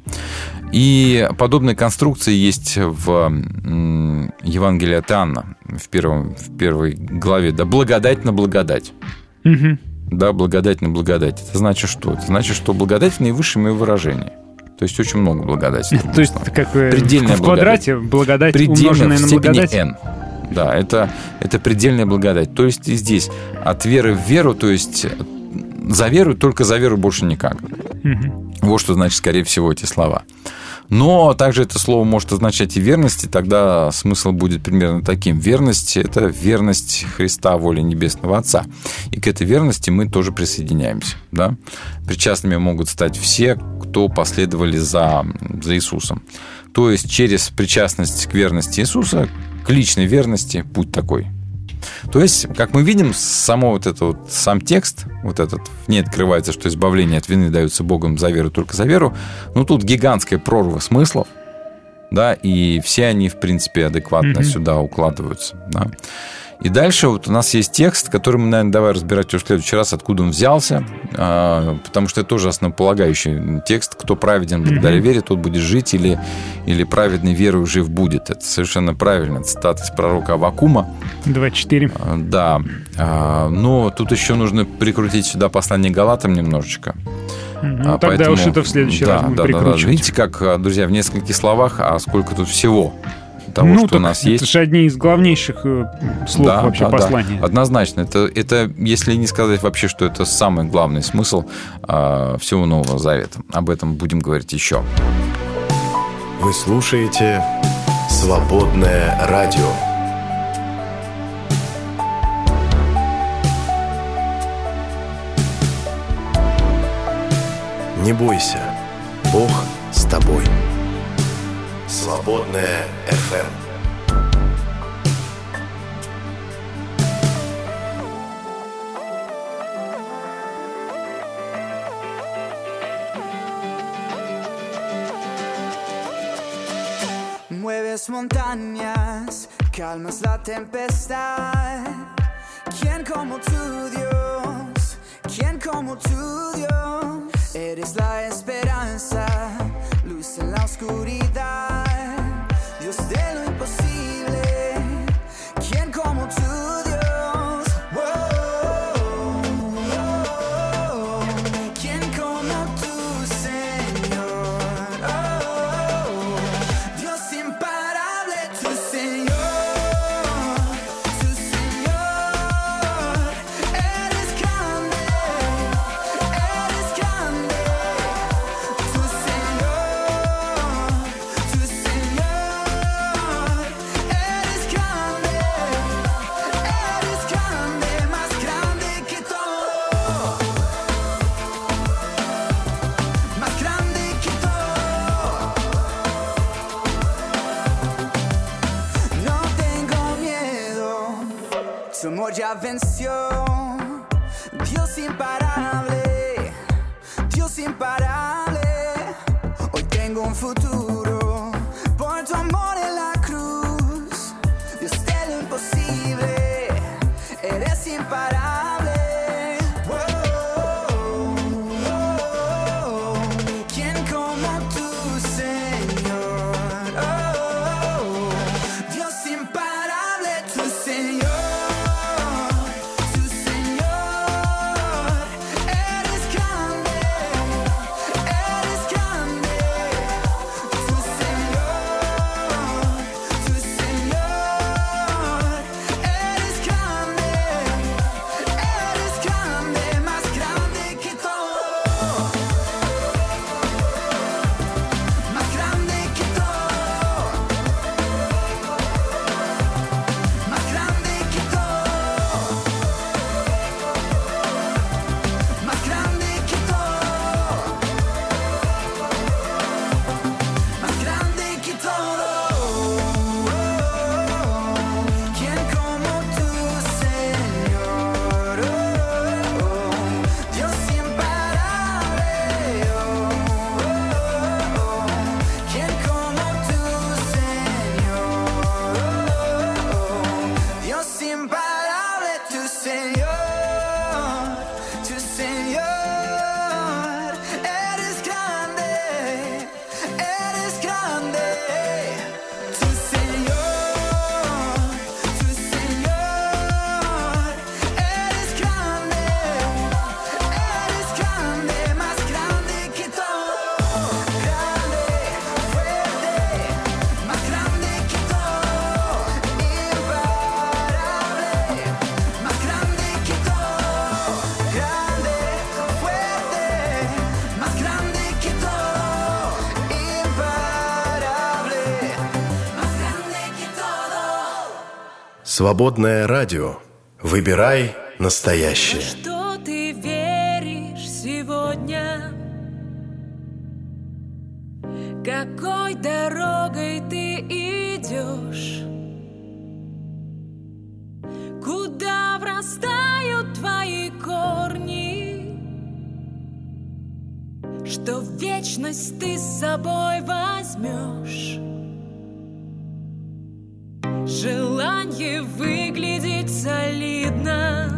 И подобные конструкции есть в Евангелии от Иоанна, в, первом, в первой главе. Да, благодать на благодать. Угу. Да, благодать на благодать. Это значит что? Это значит, что благодать в наивысшем ее выражении. То есть очень много благодати. То есть как предельная в квадрате благодать, предельная умноженная в на степени благодать. n. Да, это, это предельная благодать. То есть и здесь от веры в веру, то есть за веру, только за веру больше никак. Угу. Вот что значит, скорее всего, эти слова. Но также это слово может означать и верность, и тогда смысл будет примерно таким. Верность – это верность Христа, воле Небесного Отца. И к этой верности мы тоже присоединяемся. Да? Причастными могут стать все, кто последовали за, за Иисусом. То есть через причастность к верности Иисуса, к личной верности, путь такой. То есть, как мы видим, само вот это вот, сам текст, вот этот, в ней открывается, что избавление от вины дается Богом за веру, только за веру. Ну, тут гигантская прорва смыслов, да, и все они, в принципе, адекватно mm-hmm. сюда укладываются, да. И дальше вот у нас есть текст, который мы, наверное, давай разбирать уже в следующий раз, откуда он взялся, потому что это тоже основополагающий текст. Кто праведен благодаря mm-hmm. вере, тот будет жить, или, или праведный верою жив будет. Это совершенно правильно. Цитата из пророка Аввакума. двадцать четыре. Да. Но тут еще нужно прикрутить сюда послание Галатам немножечко. Ну, а, тогда поэтому, уж это в следующий да, раз будем да, прикручивать. Да, да. Видите, как, друзья, в нескольких словах, а сколько тут всего того, ну, что у нас это есть. Это же одни из главнейших э, слов да, вообще да, послания. Да. Однозначно. Это, это, если не сказать вообще, что это самый главный смысл э, всего Нового Завета. Об этом будем говорить еще. Вы слушаете «Свободное радио». Не бойся, Бог с тобой. Свободное эф эм. Mueves montañas, calmas la tempestad. ¿Quién como tú, Dios? ¿Quién como tú, Dios? Eres la esperanza, luz en la oscuridad. Dios de lo imposible. ¿Quién como tú, Dios? ya venció. Dios imparable, Dios imparable. Hoy tengo un futuro por tu amor en la cruz. Dios de lo imposible, eres imparable. Oh, oh, oh. ¿Quién como tú, Señor? Oh, oh. Dios imparable, tu Señor. Свободное радио. Выбирай настоящее. Что ты веришь сегодня? Какой дорогой ты идешь? Куда врастают твои корни? Что в вечность ты с собой возьмешь? Желание выглядеть солидно,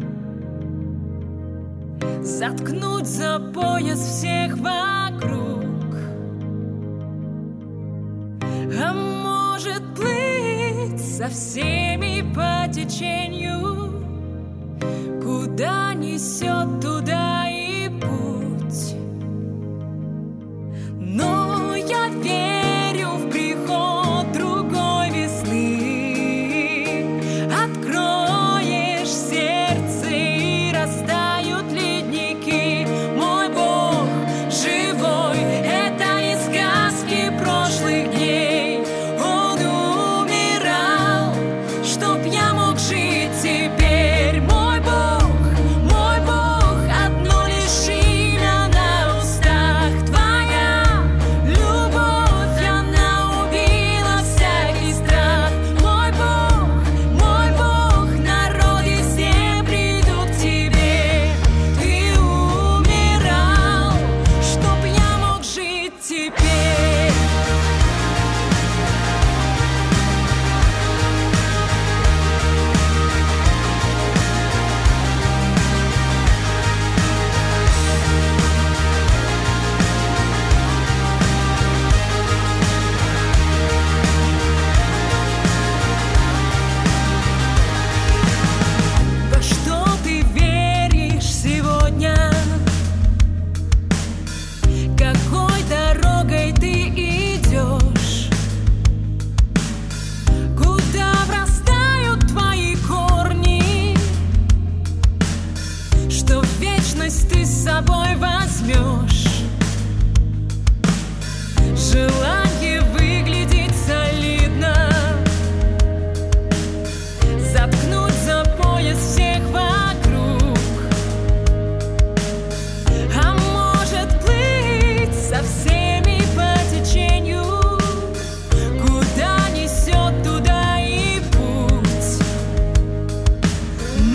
заткнуть за пояс всех вокруг, а может плыть со всеми по течению, куда несет туда и путь. Но я верю в приход другой весны. Откроешь сердце и растают ледники. Мой Бог живой, это не сказки прошлых дней. Он умирал, чтоб я мог жить теперь. Мой Бог, мой Бог, одно лишь имя на устах. Твоя любовь, она убила всякий страх. Мой Бог, мой Бог, народы все придут к тебе. Ты умирал, чтоб я мог жить теперь. Во что ты веришь сегодня? Какой дорогой ты идешь? Куда врастают твои корни? Что в вечность ты с собой возьмешь? Желание выглядеть солидно, заткнуть за пояс всех вокруг, а может плыть со всеми по течению, куда несет туда и путь.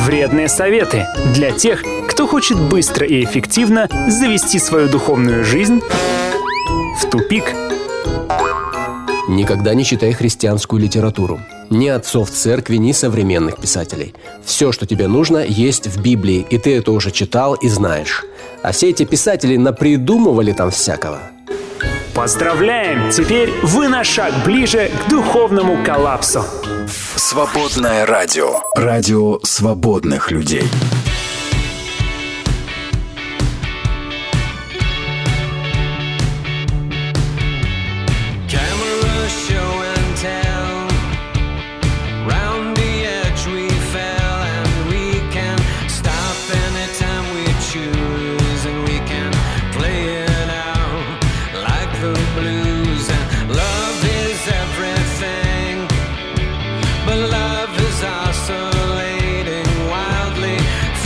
Вредные советы для тех, кто хочет быстро и эффективно завести свою духовную жизнь в тупик. Никогда не читай христианскую литературу. Ни отцов церкви, ни современных писателей. Все, что тебе нужно, есть в Библии, и ты это уже читал и знаешь. А все эти писатели напридумывали там всякого. Поздравляем! Теперь вы на шаг ближе к духовному коллапсу. Свободное радио. Радио свободных людей. But love is oscillating wildly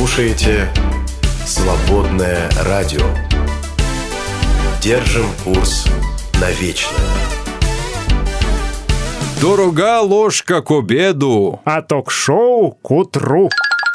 слушаете «Свободное радио». Держим курс на вечное. Дорога ложка к обеду, а ток-шоу к утру.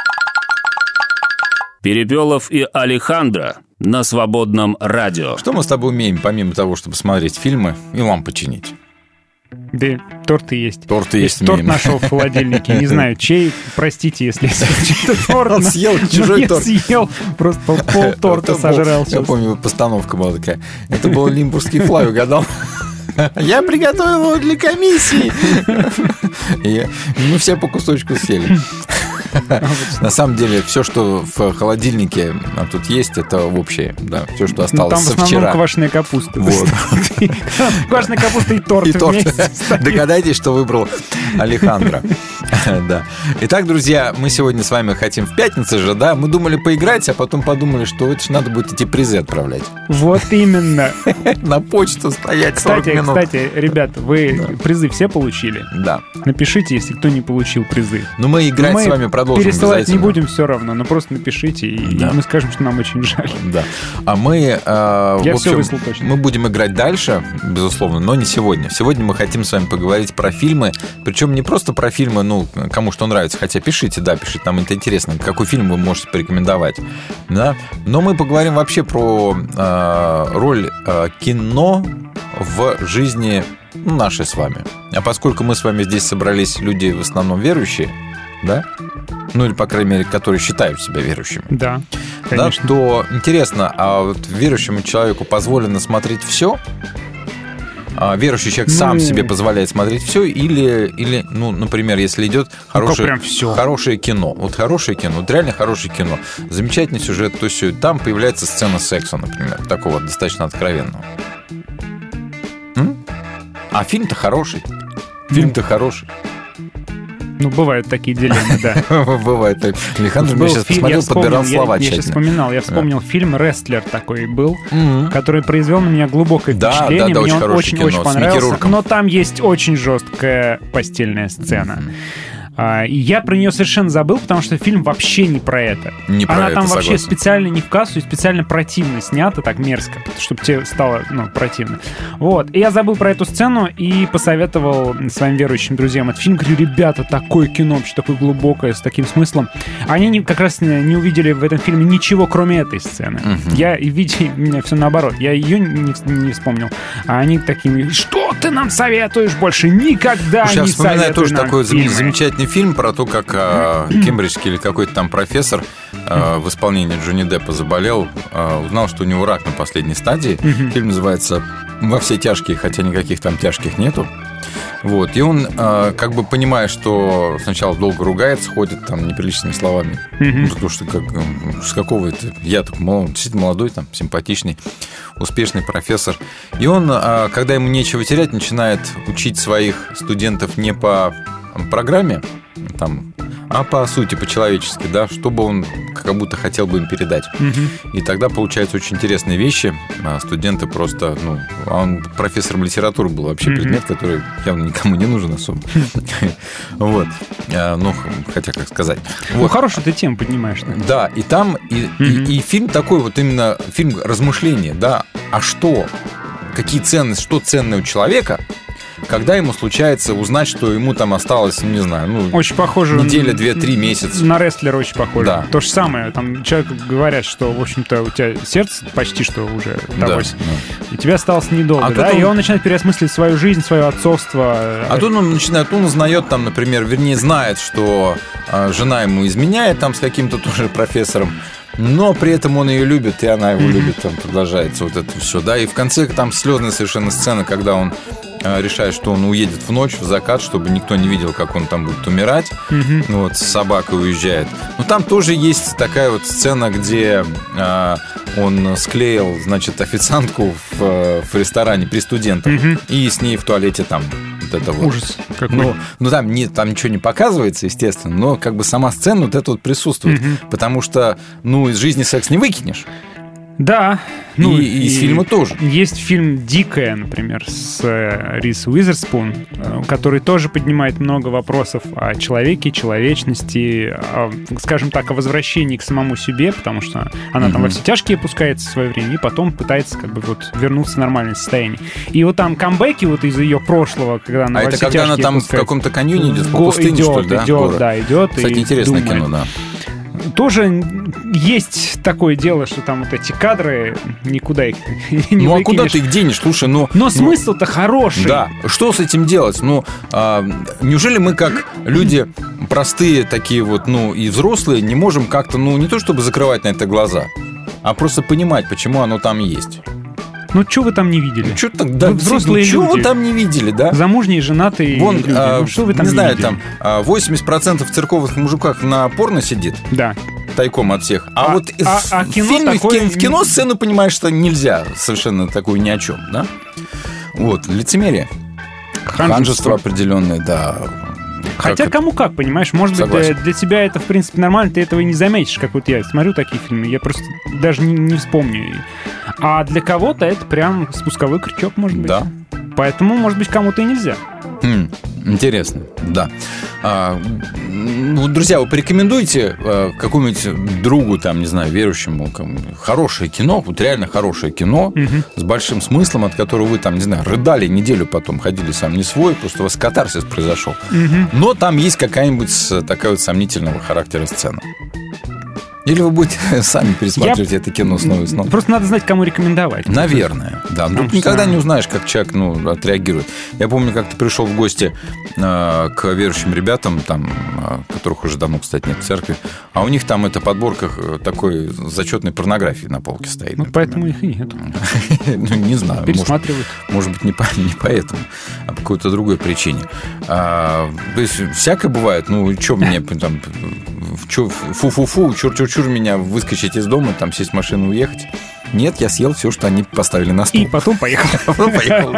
Перепелов и Алехандро на Свободном радио. Что мы с тобой умеем, помимо того, чтобы смотреть фильмы и лампы чинить? Да, торты есть. Торты есть. Торт нашел в холодильнике. Не знаю, чей. Простите, если это торт. Он съел чужой торт. съел. Просто пол торта сожрал. Я помню, постановка была такая. Это был Олимпурский флай, угадал. Я приготовил его для комиссии. И мы все по кусочку съели. На самом деле, все, что в холодильнике тут есть, это общее. Да, все, что осталось со вчера. Там в основном квашеная капуста. Вот. Квашеная капуста и торт. И торт. Догадайтесь, что выбрал Алехандро. Да. Итак, друзья, мы сегодня с вами хотим в пятницу же, да? Мы думали поиграть, а потом подумали, что это же надо будет эти призы отправлять. Вот именно. На почту стоять сорок минут. Кстати, ребята, вы призы все получили? Да. Напишите, если кто не получил призы. Ну, мы играть с вами продолжим. Пересылать не будем все равно, но просто напишите, и да. мы скажем, что нам очень жаль. Да. А мы, э, Я в общем, все выслал точно. Мы будем играть дальше, безусловно, но не сегодня. Сегодня мы хотим с вами поговорить про фильмы, причем не просто про фильмы, ну, кому что нравится, хотя пишите, да, пишите, нам это интересно, какой фильм вы можете порекомендовать, да. Но мы поговорим вообще про э, роль э, кино в жизни нашей с вами. А поскольку мы с вами здесь собрались люди в основном верующие, да, ну или, по крайней мере, которые считают себя верующими. Да, конечно. Да, то интересно, а вот верующему человеку позволено смотреть все? А верующий человек ну... сам себе позволяет смотреть все? Или, или, ну, например, если идет хорошее, ну, хорошее кино. Вот хорошее кино, вот реально хорошее кино. Замечательный сюжет, то все. Там появляется сцена секса, например, такого достаточно откровенного. М? А фильм-то хороший. Фильм-то хороший. Ну, бывают такие дилеммы, да. Бывает. Алехандро мне сейчас посмотрел, подбирал слова тщательно. Я сейчас вспоминал, я вспомнил фильм «Рестлер» такой был, который произвел на меня глубокое впечатление. Мне он очень-очень понравился. Но там есть очень жесткая постельная сцена. И я про нее совершенно забыл, потому что фильм вообще не про это. Не про Она это, там вообще согласен. специально не в кассу и специально противно снята, так мерзко, чтобы тебе стало, ну, противно. Вот. И я забыл про эту сцену и посоветовал своим верующим друзьям этот фильм. Говорю, ребята, такое кино, вообще такое глубокое, с таким смыслом. Они не, как раз не, не увидели в этом фильме ничего, кроме этой сцены. Uh-huh. Я, и видите, у меня все наоборот. Я ее не, не вспомнил. А они такими, что ты нам советуешь больше? Никогда Слушай, не советуй нам. Я вспоминаю тоже такой фильмы. замечательный фильм про то, как э, кембриджский или какой-то там профессор э, в исполнении Джонни Деппа заболел, э, узнал, что у него рак на последней стадии. Фильм называется «Во все тяжкие», хотя никаких там тяжких нету. Вот. И он, э, как бы понимая, что сначала долго ругается, ходит там неприличными словами. Ну, потому что как, с какого это... Я так молодой, действительно молодой, там, симпатичный, успешный профессор. И он, э, когда ему нечего терять, начинает учить своих студентов не по программе, там, а по сути, по-человечески, да, чтобы он как будто хотел бы им передать. Угу. И тогда получаются очень интересные вещи. Студенты просто, ну, он профессором литературы был вообще угу. предмет, который явно никому не нужен особо. Вот. Ну, хотя, как сказать. Ну, хорошую ты тему поднимаешь. Да, и там, и фильм такой вот именно, фильм размышления, да, а что, какие ценности, что ценное у человека, когда ему случается узнать, что ему там осталось, ну, не знаю, ну, очень похоже неделя, две, три месяца. На «Рестлера» очень похоже. Да. То же самое. Там человеку говорят, что, в общем-то, у тебя сердце почти что уже добось. Да, да. И тебе осталось недолго, а да? Он... И он начинает переосмыслить свою жизнь, свое отцовство. А тут он начинает, он узнает там, например, вернее, знает, что э, жена ему изменяет там с каким-то тоже профессором. Но при этом он ее любит, и она его mm-hmm. любит, там продолжается вот это все, да, и в конце там слезная совершенно сцена, когда он э, решает, что он уедет в ночь, в закат, чтобы никто не видел, как он там будет умирать, mm-hmm. вот, с собакой уезжает. Но там тоже есть такая вот сцена, где э, он склеил, значит, официантку в, в ресторане при студентах, mm-hmm. и с ней в туалете там вот это вот. Ужас какой. Ну, ну там, не, там ничего не показывается, естественно, но как бы сама сцена вот это вот присутствует, mm-hmm. потому что, ну, из жизни секс не выкинешь. Да. Ну, и, и из фильма тоже. Есть фильм «Дикая», например, с э, Риз Уизерспун, э, который тоже поднимает много вопросов о человеке, человечности, о, скажем так, о возвращении к самому себе, потому что она mm-hmm. там во все тяжкие опускается в свое время и потом пытается как бы вот вернуться в нормальное состояние. И вот там камбэки вот из ее прошлого, когда она а во это все когда она там в каком-то каньоне идет, по пустыне, идет, что ли, да? Идет, Город. да, идет. Кстати, и интересное думает. кино, да. Тоже есть такое дело, что там вот эти кадры никуда их не Ну а выкинешь. куда ты их денешь? Слушай, ну... Но ну, смысл-то хороший. Да. Что с этим делать? Ну, а, неужели мы, как люди простые такие вот, ну, и взрослые, не можем как-то, ну, не то чтобы закрывать на это глаза, а просто понимать, почему оно там есть? Ну, что вы там не видели? Ну, что тогда, вы взрослые ну, люди. вы там не видели, да? Замужние, женатые Вон, люди. А, ну, что вы там не не знаю, видели? там восемьдесят процентов церковных мужиков на порно сидит. Да. Тайком от всех. А, А- вот а- в, а в кино фильме, в, такое кино, в кино сцену понимаешь, что нельзя совершенно такую ни о чем, да? Вот, лицемерие. Ханжество. Ханжество определенное, да. Хотя Как кому как, понимаешь? Может быть, Согласен. для, для тебя это, в принципе, нормально, ты этого и не заметишь, как вот я смотрю такие фильмы, я просто даже не, не вспомню. А для кого-то это прям спусковой крючок, может быть. Да. Поэтому, может быть, кому-то и нельзя. Хм, интересно, да. А, ну, друзья, вы порекомендуйте а, какому-нибудь другу, там, не знаю, верующему, кому- хорошее кино, вот реально хорошее кино, с большим смыслом, от которого вы, там, не знаю, рыдали неделю потом, ходили сам не свой, просто у вас катарсис произошел. Но там есть какая-нибудь с- такая вот сомнительного характера сцена. Или вы будете сами пересматривать Я- это кино снова и снова? Просто надо знать, кому рекомендовать. Наверное, да. Ну, Потому что- никогда не узнаешь, как человек, ну, отреагирует. Я помню, как ты пришел в гости э, к верующим ребятам, там, э, которых уже давно, кстати, нет в церкви, а у них там эта подборка э, такой зачетной порнографии на полке стоит. Ну, например. поэтому их и нет. Ну, не знаю. может- Пересматривают. Может быть, не, по- не поэтому, а по какой-то другой причине. А, то есть, всякое бывает. Ну, что мне там... чё, фу-фу-фу, чур-чур-чур меня выскочить из дома, там сесть в машину, уехать. Нет, я съел все, что они поставили на стол. И потом поехал. Потом поехал.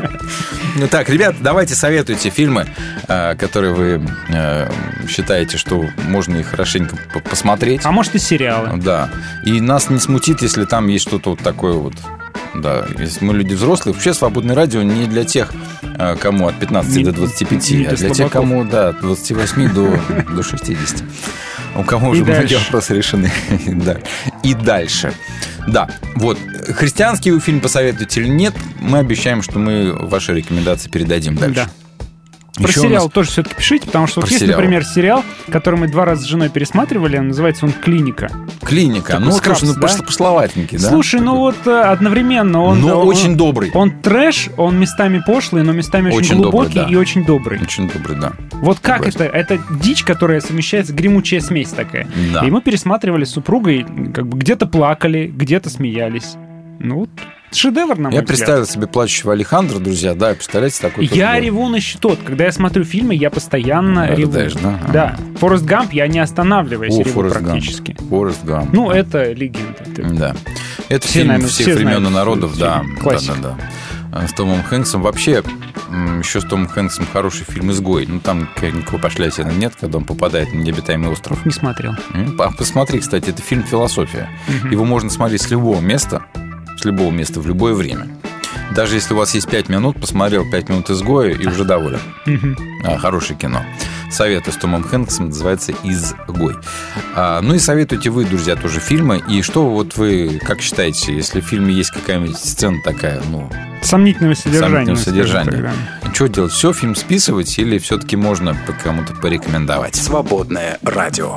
Ну так, ребят, давайте советуйте фильмы, э, которые вы э, считаете, что можно их хорошенько по- посмотреть. А может, и сериалы. Да. И нас не смутит, если там есть что-то вот такое вот. Да, если мы люди взрослые, вообще свободное радио не для тех, э, кому от пятнадцати Не- до двадцати пяти, не а для для тех, слабаков. кому да, от двадцати восьми до, до шестидесяти. У кого И уже многие дальше. вопросы решены. Да. И дальше. Да, вот. Христианский вы фильм посоветуете или нет, мы обещаем, что мы ваши рекомендации передадим дальше. Да. Про Еще у сериал нас- тоже все-таки пишите, потому что вот Про есть, сериал. например, сериал, который мы два раза с женой пересматривали, называется он «Клиника». Клиника. Такой Ну, скрабс, слушай, ну, да? пошла- пошловатенький, да? Слушай, ну вот э, одновременно он... Но он- очень добрый. Он трэш, он местами пошлый, но местами очень, Очень добрый, глубокий да. и очень добрый. Очень добрый, да. Вот как Согласен. это? Это дичь, которая совмещается, гремучая смесь такая. Да. И мы пересматривали с супругой, как бы где-то плакали, где-то смеялись. Ну, вот шедевр, на мой Я взгляд. представил себе плачущего Алехандро, друзья, да, и представляете, такой... тоже Я был. реву на счетот. Когда я смотрю фильмы, я постоянно Да, реву. рыдаешь, да? Да. Форест Гамп я не останавливаясь О, реву Форест Гамп. практически. Форест Гамп. Ну, это легенда. Ты- Да. Это Все, фильм наверное, всех все времен и знают народов, этот да. фильм. Да, Классика. да, да. С Томом Хэнксом. Вообще, м, еще с Томом Хэнксом хороший фильм «Изгой». Ну, там никакого пошлятины нет, когда он попадает на необитаемый остров. Не смотрел. М, а Посмотри, кстати, это фильм «Философия». Мгм. Его можно смотреть с любого места, с любого места, в любое время. Даже если у вас есть пять минут, посмотрел пять минут «Изгоя» и уже доволен. Мгм. А, хорошее кино. Советую с Томом Хэнксом, называется «Изгой». А, ну и советуйте вы, друзья, тоже фильмы. И что вот вы, как считаете, если в фильме есть какая-нибудь сцена такая, ну... Сомнительного содержания. сомнительного скажем содержания. так, да. Что делать? Все фильм списывать или все-таки можно по кому-то порекомендовать? Свободное радио.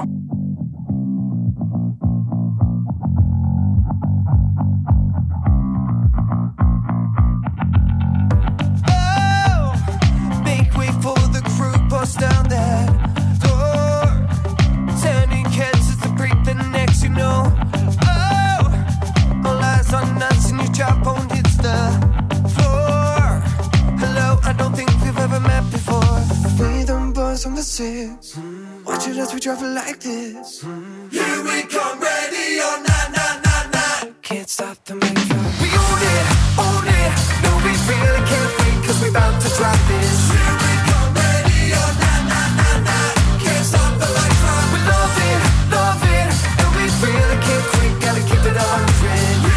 Make way for the crew, bust down that door. Turning heads as the break the next, you know. Oh, all eyes on us and your jawbone hits the floor. Hello, I don't think we've ever met before. Rhythm buzz on the six. Watching as we travel like this. Here we come, ready or not, not, not, not. Can't stop the main drive. We own it, own it. No, we really can't wait, cause we about to drop this. Here we come, ready or not, not, not, not. Can't stop the lights on. We love it, love it. And we really can't quit, gotta keep it on trend.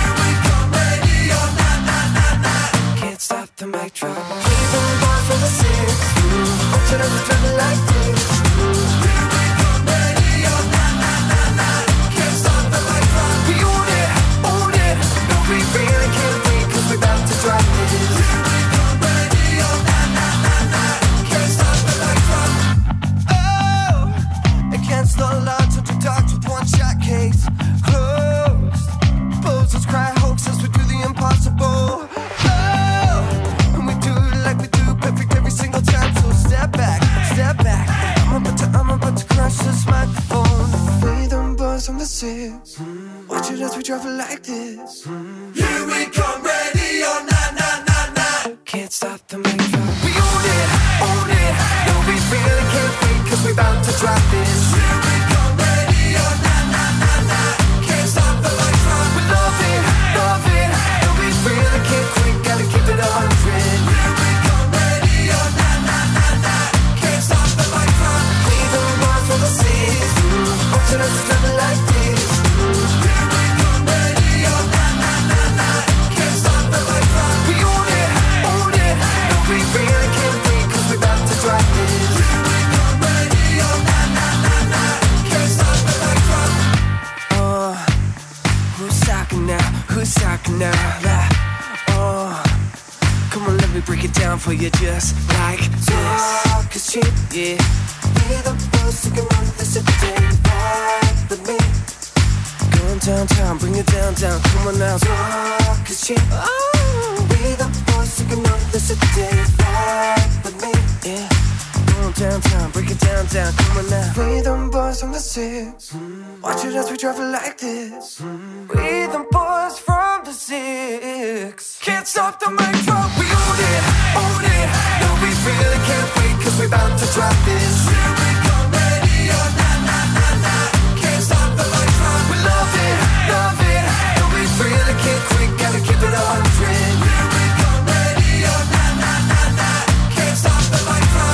to make sure we own it, own it. No, we really can't wait, cause we bout to drop this. Here we come, radio, na na na na. Can't stop the lights on. We love it, love it. No, we really can't quit, gotta keep it a hundred. Here we come, radio, na na na na. Can't stop the lights on. We the ones from the seas, watching us travel like this. Here we come, radio, na na na na. Can't stop the lights on. We own it, own it. No, we really can't wait, cause we bout to drop this. Here we come, radio, na na na na. Can't stop the lights on. Uh, who's talking now? Who's talking now? Like, oh, come on, let me break it down for you just like this. Talk is cheap, yeah. Be the boss who can run this city. Ride with me. Going downtown, bring it down, down. Come on now. Talk is cheap. Oh, be the boss who can run this city. Ride with me, yeah. Going downtown, break it down, down. Come on now. We the boys from the six. Mm. Watch it as we travel like this. Mm. We the boys from the six. Can't stop the mic drop. We own it, own it. No, we really can't wait, cause we bout to drop this. Here we come, radio, na na na na. Can't stop the lights on. We love it, love it. No, we really can't quit, gotta keep it a hundred. Here we come, radio, na na na na. Can't stop the lights on.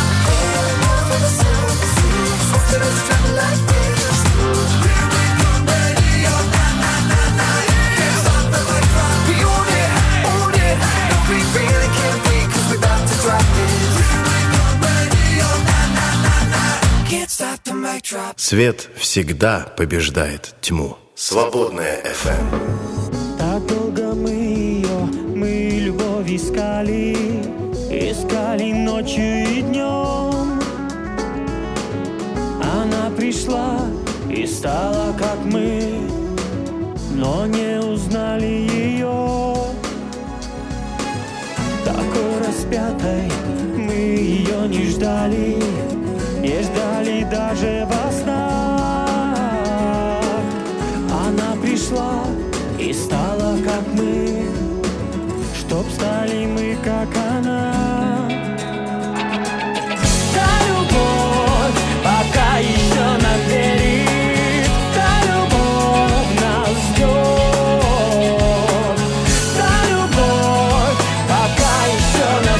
Watching us travel like this. Here we come, radio, na na na na. Can't stop the lights on. We own it, own it. No, we really can't wait, cause we bout to drop this. Here we come, radio, na na na na. Can't stop the mic drop. Свет всегда побеждает тьму. Свободная эф эм. Так долго мы ее, мы любовь искали, искали ночью и днем. Она пришла и стала как мы, но не узнали ее. Такой распятой мы ее не ждали, не ждали даже во снах. Она пришла и стала как мы, чтоб стали мы как она. Та любовь пока еще наперед, та любовь нас ждет, та любовь пока еще нас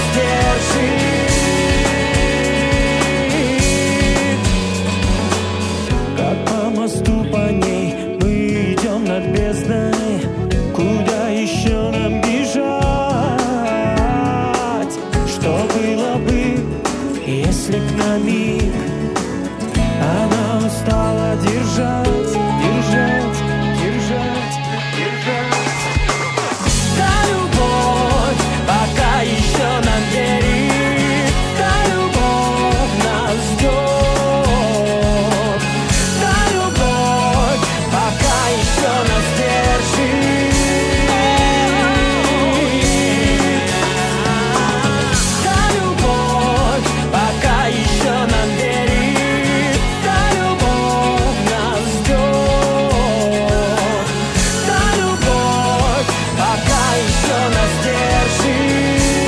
держит. Как по мосту по ней мы идем над бездной, куда еще нам бежать? Что было бы, если б на миг она устала держать, держать, держать, держать? Та любовь пока еще нам верит, та любовь нас ждет, та любовь пока еще нас держит. Та любовь пока еще нам верит, та любовь нас ждет, та любовь пока еще нас держит.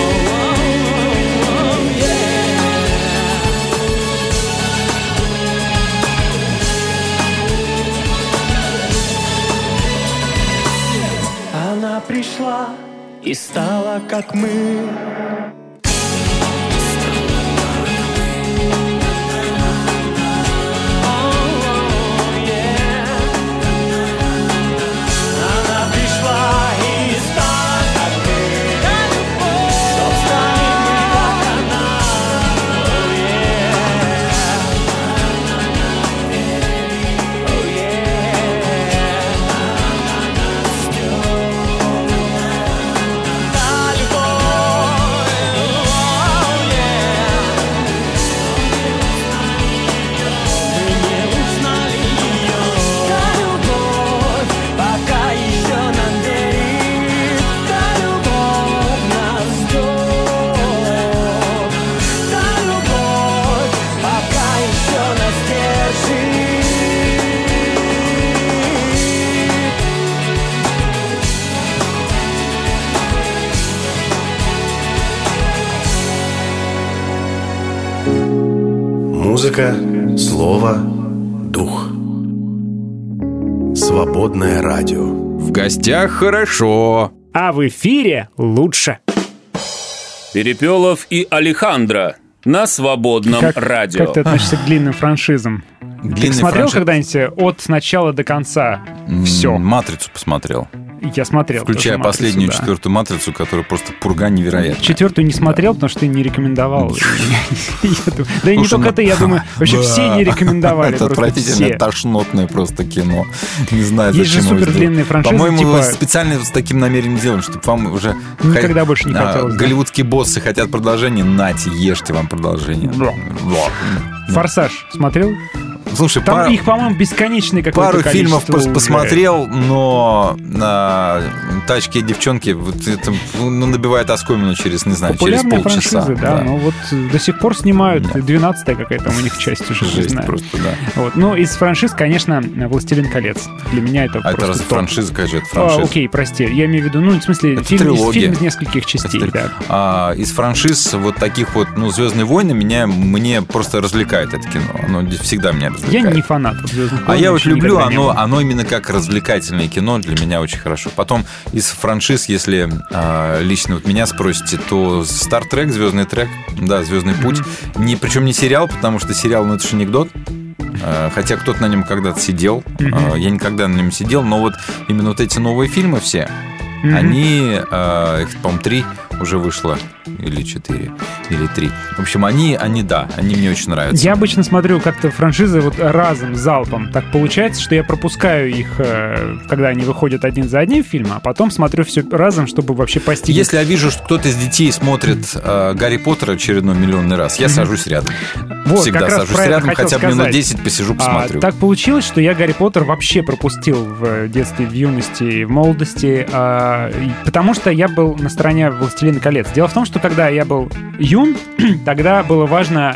Она пришла и стала как мы. Она пришла и стала как мы, чтоб стали мы как она. Та любовь Музыка, слово, дух. Свободное радио. В гостях хорошо, а в эфире лучше. Перепелов и Алехандро на Свободном как, радио. Как ты относишься к длинным франшизам? Длинный ты смотрел франшиз... когда-нибудь от начала до конца все? «Матрицу» посмотрел. Я смотрел. Включая матрицу, последнюю, да. четвертую «Матрицу», которая просто пурга невероятная. Четвертую не смотрел, да. потому что ты не рекомендовал. Да и не только ты, я думаю, вообще все не рекомендовали. Это отвратительное, тошнотное просто кино. Не знаю, зачем. Есть же супер длинные франшизы. По-моему, специально с таким намерением сделано, чтобы вам уже... Никогда больше не хотелось. Голливудские боссы хотят продолжения, нате, ешьте вам продолжение. «Форсаж» смотрел? Слушай, там пар... их, по-моему, бесконечное какое-то пару фильмов уже. посмотрел, но а, тачки и девчонки вот это, ну, набивает оскомину через, не знаю, через полчаса. Франшизы, да, да. но вот до сих пор снимают. Нет. двенадцатая какая-то у них часть уже, Жесть не знаю. просто, да. Вот. Ну, из франшиз, конечно, «Властелин колец». Для меня это а просто это раз топ. франшиза, какая же это франшиза? А, окей, прости, я имею в виду, ну, в смысле, это фильм, из, трилогия. фильм из нескольких частей, это, да. а, из франшиз вот таких вот, ну, «Звездные войны» меня, мне просто развлекает это кино. Оно всегда меня развлекает. Я не фанат «Звездных войн». А я вот люблю, оно, оно именно как развлекательное кино для меня очень хорошо. Потом из франшиз, если э, лично вот меня спросите, то Star Trek, Звездный трек, да, Звездный путь. Mm-hmm. Не, причем не сериал, потому что сериал, ну это же анекдот. Э, хотя кто-то на нем когда-то сидел. Mm-hmm. Э, я никогда на нем сидел, но вот именно вот эти новые фильмы все, mm-hmm. они, э, их, по-моему, три уже вышло. Или четыре, или три. В общем, они, они, да, они мне очень нравятся. Я обычно смотрю как-то франшизы вот разом, залпом. Так получается, что я пропускаю их, когда они выходят один за одним фильм, а потом смотрю все разом, чтобы вообще постигнуть. Если я вижу, что кто-то из детей смотрит э, «Гарри Поттера» очередной миллионный раз, я mm-hmm. сажусь рядом. Вот, всегда сажусь рядом, хотя бы минут десять посижу, посмотрю. А, так получилось, что я «Гарри Поттер» вообще пропустил в детстве, в юности, в молодости, а, потому что я был на стороне «Властелина колец». Дело в том, что когда я был юн, тогда было важно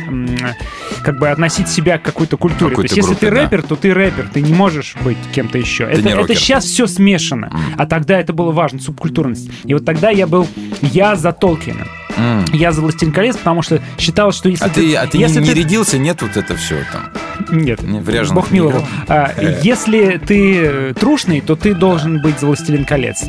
как бы относить себя к какой-то культуре. Какой-то То есть, группе, если ты да. рэпер, то ты рэпер, ты не можешь быть кем-то еще. Ты Это, не это сейчас все смешано, mm. а тогда это было важно, субкультурность. И вот тогда я был, я за Толкиена. Mm. Я за «Властелин колец», потому что считал, что если а ты... А ты если не, ты... не рядился? Нет вот это все там? Нет, не Бог миловал. А, если ты трушный, то ты должен быть за «Властелин колец».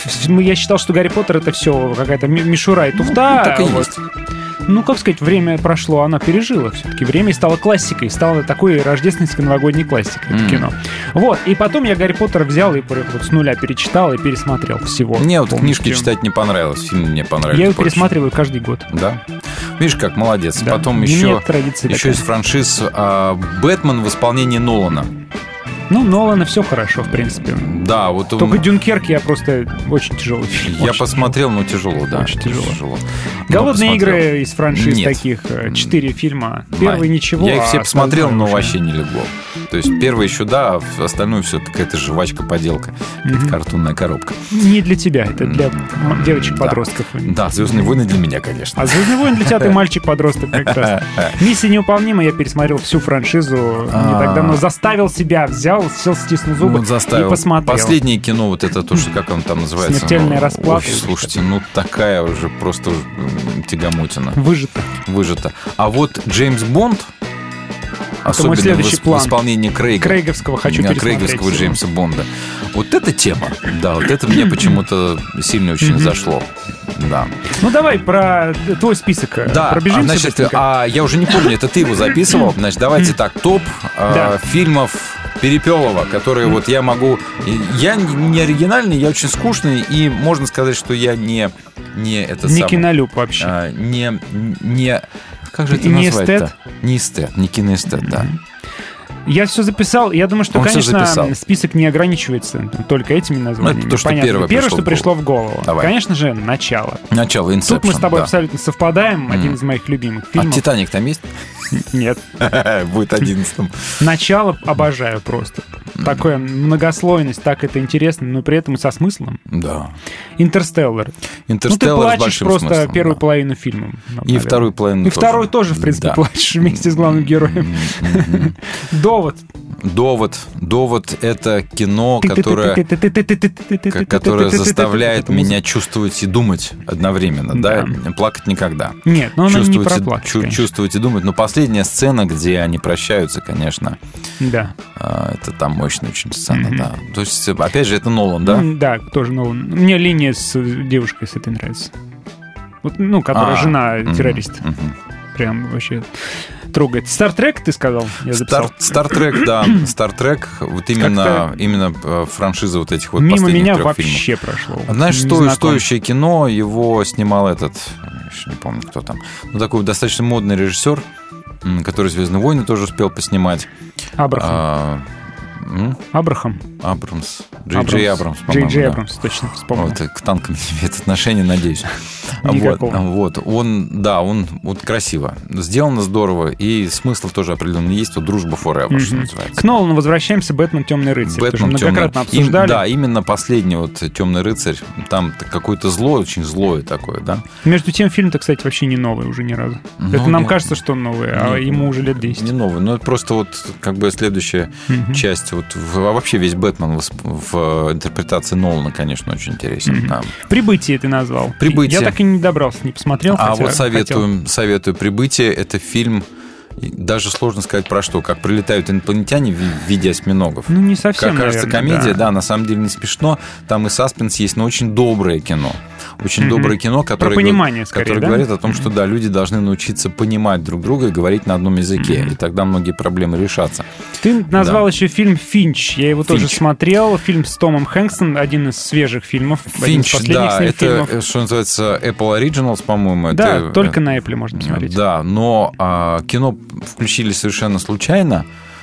Я считал, что «Гарри Поттер» — это все какая-то мишура и туфта. Ну, так и вот. есть. Ну, как сказать, время прошло, она пережила все-таки. Время стало классикой, стало такой рождественской новогодней классикой, это mm. кино. Вот, и потом я «Гарри Поттера» взял и вот с нуля перечитал и пересмотрел всего. Мне вот полностью. книжки читать не понравилось, фильм мне понравился. Я его больше. пересматриваю каждый год. Да? Видишь, как молодец. Да. Потом Не еще, традиция еще такая. из франшиз а, «Бэтмен» в исполнении Нолана. Ну, Нолана все хорошо, в принципе. Да, вот Только он... «Дюнкерк» я просто очень тяжелый фильм. Я очень посмотрел, но тяжело, да. Очень тяжело. тяжело. «Голодные игры» из франшиз Нет. таких, четыре фильма. Первый да. ничего. Я их все а посмотрел, но уже... вообще не легло. То есть первый еще да, а остальное все какая-то жвачка-поделка. Mm-hmm. Картонная коробка. Не для тебя, это для девочек-подростков. Да, да, «Звездные войны» для меня, конечно. А «Звездные войны» для тебя ты мальчик-подросток как раз. «Миссия невыполнима», я пересмотрел всю франшизу не так давно. Заставил себя, взял, сел, стиснул зубы ну, и посмотрел. Последнее кино, вот это то, что как он там называется? «Смертельная ну, расплата». Ой, слушайте, ну такая уже просто тягомотина. Выжата. Выжата. А вот Джеймс Бонд, это особенно следующий в, план. в исполнении Крейга. Крейговского хочу пересмотреть. Крейговского Джеймса Бонда. Вот эта тема, да, вот это мне почему-то сильно очень зашло. Да. Ну давай про твой список да, пробежимся. Значит, быстренько. а, я уже не помню, это ты его записывал. Значит, давайте так, топ а, да. фильмов Перепелова, которые вот я могу... Я не оригинальный, я очень скучный, и можно сказать, что я не... Не, это не сам, кинолюб вообще. А, не, не... Как же это не назвать-то? эстет? Не эстет, не киноэстет, да. Я все записал. Я думаю, что, Он конечно, список не ограничивается только этими названиями. Ну, это то, что понятно. первое, первое, пришло что в пришло в голову. Давай. Конечно же, «Начало». «Начало», Inception. Тут мы с тобой да. абсолютно совпадаем. Mm. Один из моих любимых фильмов. А «Титаник» там есть? Нет. Будет одиннадцатым. «Начало» обожаю просто. такая многослойность, так это интересно, но при этом и со смыслом. Да. «Интерстеллар». «Интерстеллар» ну, ты с большим просто смыслом, первую да. половину фильма. И наверное. вторую половину И тоже. вторую тоже, в принципе, Да. плачешь вместе с главным героем. «Довод». «Довод». «Довод» — это кино, которое, которое заставляет меня чувствовать и думать одновременно. Да. Да? Плакать никогда. Нет, но оно не про Чувствовать, плакать, чу- чувствовать и думать. Но последняя сцена, где они прощаются, конечно, да. это там мощная очень сцена. Mm-hmm. Да. То есть, опять же, это Нолан, да? Ну, да, тоже Нолан. Мне линия с девушкой с этой нравится. Вот, ну, которая А, жена мгм, террориста. мгм. Прям вообще трогает. «Стартрек» ты сказал? Я записал. «Стартрек», да. «Стартрек», вот именно, именно франшиза вот этих вот мимо последних меня трех вообще фильмов. прошло. Знаешь, Не сто, знаком. стоящее кино, его снимал этот, еще не помню, кто там, ну, такой достаточно модный режиссер, м, который «Звездные войны» тоже успел поснимать. Абрахам. А, м? Абрахам. Абрамс. Джей Джей Абрамс, по-моему. Джей Джей да. Абрамс, точно вспомнил. Вот, к танкам не имеет отношения, надеюсь. Никакого. Вот, вот, он, да, он вот красиво. Сделано здорово, и смысл тоже определенно есть. Вот «Дружба forever», что Мгм. называется. К Нолану возвращаемся. «Бэтмен. Темный рыцарь». Тоже «Бэтмен. многократно Темный». обсуждали. Им- да, именно последний вот «Темный рыцарь». Там какое-то зло, очень злое такое, да? Между тем, фильм-то, кстати, вообще не новый уже ни разу. Ну, это нам ну, кажется, что он новый, а не- ему уже лет десять. Не новый, но это просто вот как бы следующая Мгм. часть. Вот, в- а вообще весь «Бэтмен» в, в интерпретации Нолана, конечно, очень интересен. Мгм. Да. «Прибытие» ты назвал. «Прибытие». Я так и не добрался, не посмотрел. А хотя вот советую, хотел. советую «Прибытие». Это фильм, даже сложно сказать про что, как прилетают инопланетяне в в виде осьминогов. Ну, не совсем, Как кажется, наверное, комедия, да. да. на самом деле не смешно. Там и саспенс есть, но очень доброе кино. Очень Мгм. доброе кино, которое, Про понимание, скорее, которое да? говорит о том, что да, люди должны научиться понимать друг друга и говорить на одном языке. Мгм. И тогда многие проблемы решатся. Ты назвал Да. еще фильм «Финч». Я его тоже «Финч». смотрел. Фильм с Томом Хэнксом, один из свежих фильмов. один из «Финч», последних да, с ним это, фильмов. э, что называется, Apple Originals, по-моему. Да, это, только э, на Apple можно посмотреть. Да, но а, кино включили совершенно случайно,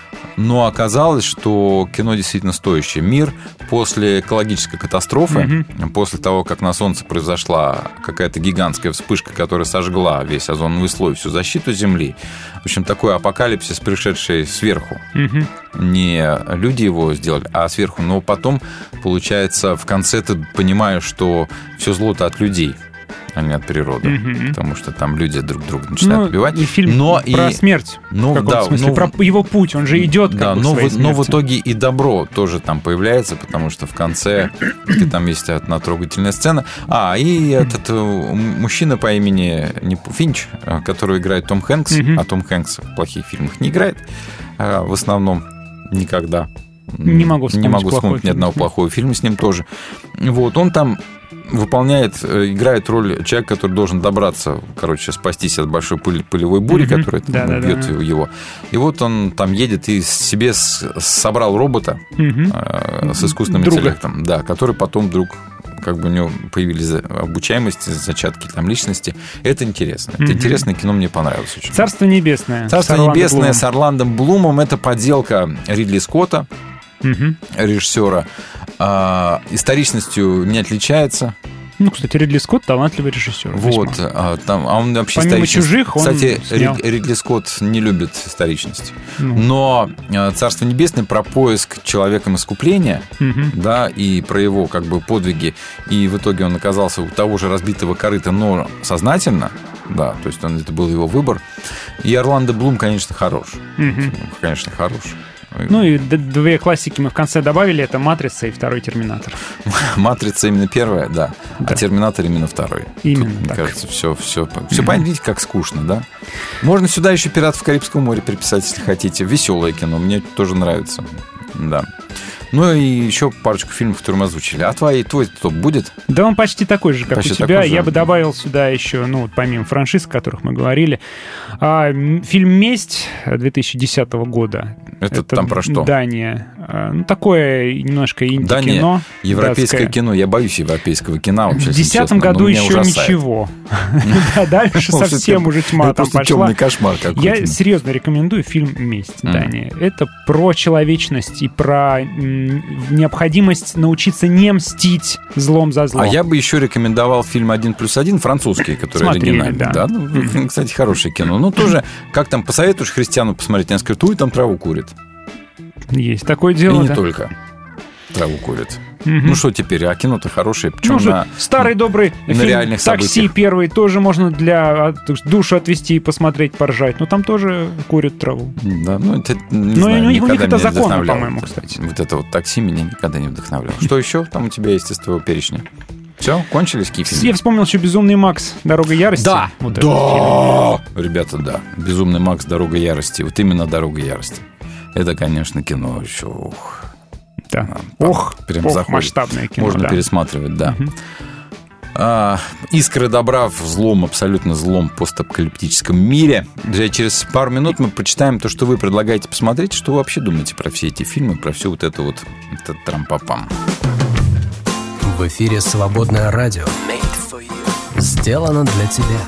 но оказалось, что кино действительно стоящее. Мир после экологической катастрофы, после того, как на Солнце произошла какая-то гигантская вспышка, которая сожгла весь озоновый слой, всю защиту Земли. В общем, такой апокалипсис, пришедший сверху. Мгм. Не люди его сделали, а сверху. Но потом, получается, в конце ты понимаешь, что все зло-то от людей, а не от природы. Мгм. Потому что там люди друг друга начинают Ну, убивать. и фильм но про и, смерть. ну, в каком-то да, смысле. ну, Про его путь. Он же идет как да, бы к но, своей в, но в смерти. итоге и добро тоже там появляется, потому что в конце там есть одна трогательная сцена. А, и этот э, м- мужчина по имени не П- Финч, э, который играет Том Хэнкс, Мгм. а Том Хэнкс в плохих фильмах не играет, э, в основном никогда. Не могу Не вспомнить могу плохой вспомнить ни фильм. одного плохого фильма с ним тоже. Вот, он там выполняет, э, играет роль человека, который должен добраться, короче, спастись от большой пыль- пылевой бури, Мгм. которая там Да-да-да. убьет его. И вот он там едет и себе с- собрал робота Мгм. э, с искусственным Друга. интеллектом, да, который потом вдруг как бы у него появились за- обучаемость, зачатки там личности. Это интересно. Это Мгм. интересное кино, мне понравилось очень. «Царство небесное». «Царство с Орландо небесное» Блумом. с Орландом Блумом. Это подделка Ридли Скотта, Мгм. режиссера. А, историчностью не отличается. Ну, кстати, Ридли Скотт талантливый режиссер. Вот, весьма. а, там, а он вообще Помимо историчность. «Чужих» он Кстати, снял. Рид- Ридли Скотт не любит историчность. Ну. Но а, «Царство небесное» про поиск человеком искупления, Мгм. да, и про его как бы подвиги. И в итоге он оказался у того же разбитого корыта, но сознательно. Да, то есть он, это был его выбор. И Орландо Блум, конечно, хорош. Мгм. Конечно, хорош. Ну и д- две классики мы в конце добавили. Это «Матрица» и второй «Терминатор». «Матрица» именно первая, да, Да. а «Терминатор» именно второй. Именно Тут, мне так. кажется, все, все, все понятно, видите, как скучно, да? Можно сюда еще «Пиратов Карибского моря» приписать, если хотите. Веселое кино, мне тоже нравится. Да. Ну и еще парочку фильмов, которые мы озвучили. А твой, твой топ будет? Да он почти такой же, как Почти у тебя. такой же. Я бы добавил сюда еще, ну, вот помимо франшиз, о которых мы говорили, а, м, фильм «Месть» две тысячи десятого года. Это там про что? Дания. А, Ну, такое немножко Дания, инди-кино. европейское датское. кино. Я боюсь европейского кино. Вообще, В если десятом честно, году но меня еще ужасает. ничего. Да, дальше Потому что совсем это- уже тьма это там просто пошла. темный кошмар какой-то. Я серьезно рекомендую фильм «Месть» Мгм. Дания. Это про человечность и про м, необходимость научиться не мстить злом за зло. А я бы еще рекомендовал фильм «Один плюс один» французский, который Смотрели, оригинальный. да. Ну, кстати, хорошее кино. Ну, тоже, как там посоветуешь христиану посмотреть, она скажет, ой, там траву курит. Есть такое дело, И не да. только траву курят. Мгм. Ну что теперь, а кино-то хорошее. Причем Ну, что, на, старый добрый на фильм реальных «Такси» событиях. первый тоже можно для от- душу отвести и посмотреть, поржать. Но там тоже курят траву. Да, ну, это, не Ну, знаю, и у них- у них никогда это меня не законно, вдохновляло. по-моему, кстати. Вот это вот такси меня никогда не вдохновляло. Что еще там у тебя есть из твоего перечня? Все, кончились какие фильмы? Я вспомнил еще «Безумный Макс. Дорога ярости». Да, Вот этот да, ребята, да. «Безумный Макс. Дорога ярости». Вот именно «Дорога ярости». Это, конечно, кино еще. Ух. Да. Там Ох, прям ох, заходит. масштабное кино, Можно да. пересматривать, да. Мгм. А, искры добра в злом, абсолютно злом постапокалиптическом мире. Друзья, через пару минут мы прочитаем то, что вы предлагаете посмотреть. Что вы вообще думаете про все эти фильмы, про все вот это вот, этот трампапам. В эфире «Свободное радио». Сделано для тебя.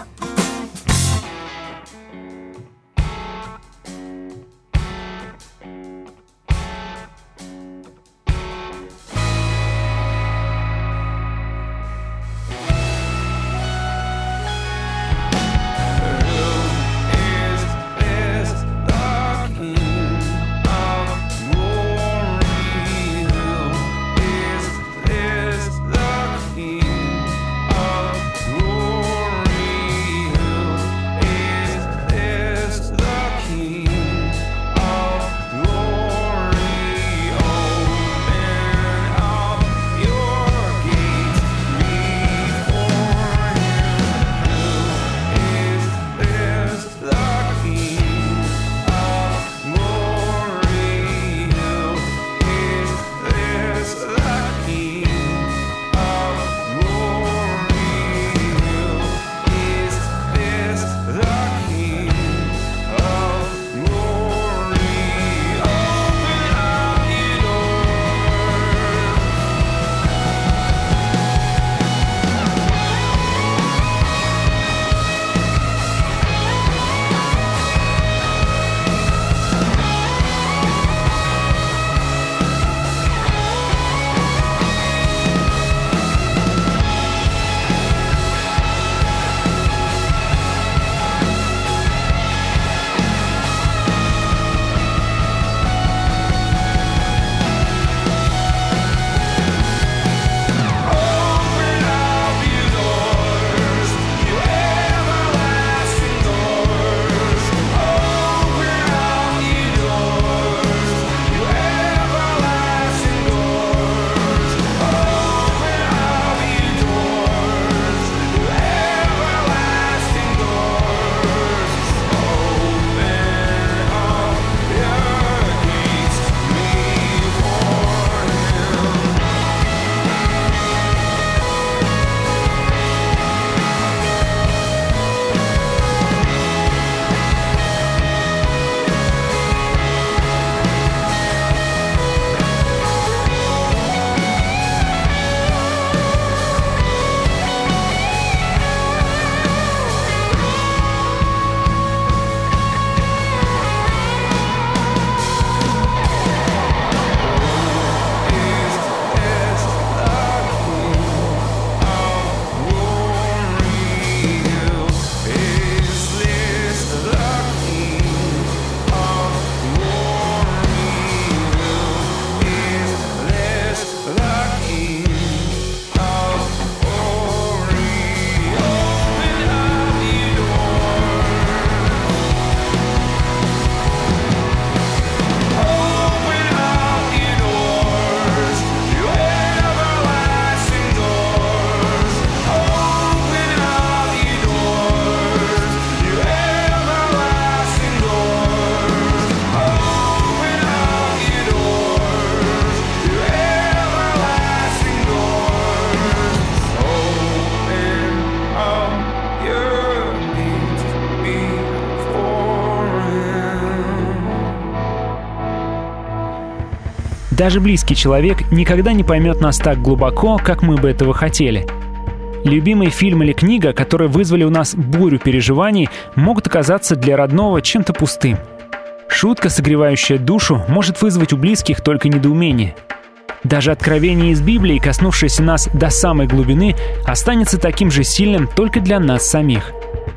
Даже близкий человек никогда не поймет нас так глубоко, как мы бы этого хотели. Любимый фильм или книга, которые вызвали у нас бурю переживаний, могут оказаться для родного чем-то пустым. Шутка, согревающая душу, может вызвать у близких только недоумение. Даже откровение из Библии, коснувшееся нас до самой глубины, останется таким же сильным только для нас самих.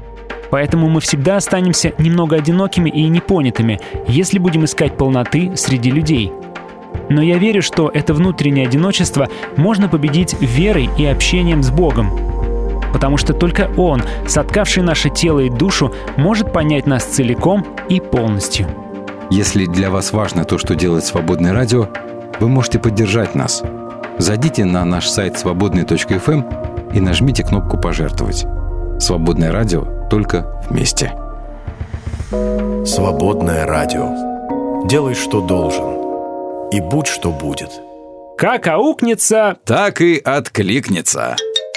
Поэтому мы всегда останемся немного одинокими и непонятыми, если будем искать полноты среди людей. Но я верю, что это внутреннее одиночество можно победить верой и общением с Богом. Потому что только Он, соткавший наше тело и душу, может понять нас целиком и полностью. Если для вас важно то, что делает «Свободное радио», вы можете поддержать нас. Зайдите на наш сайт свободный точка эф эм и нажмите кнопку «Пожертвовать». «Свободное радио» только вместе. Свободное радио. Делай, что должен. И будь, что будет. Как аукнется, так и откликнется.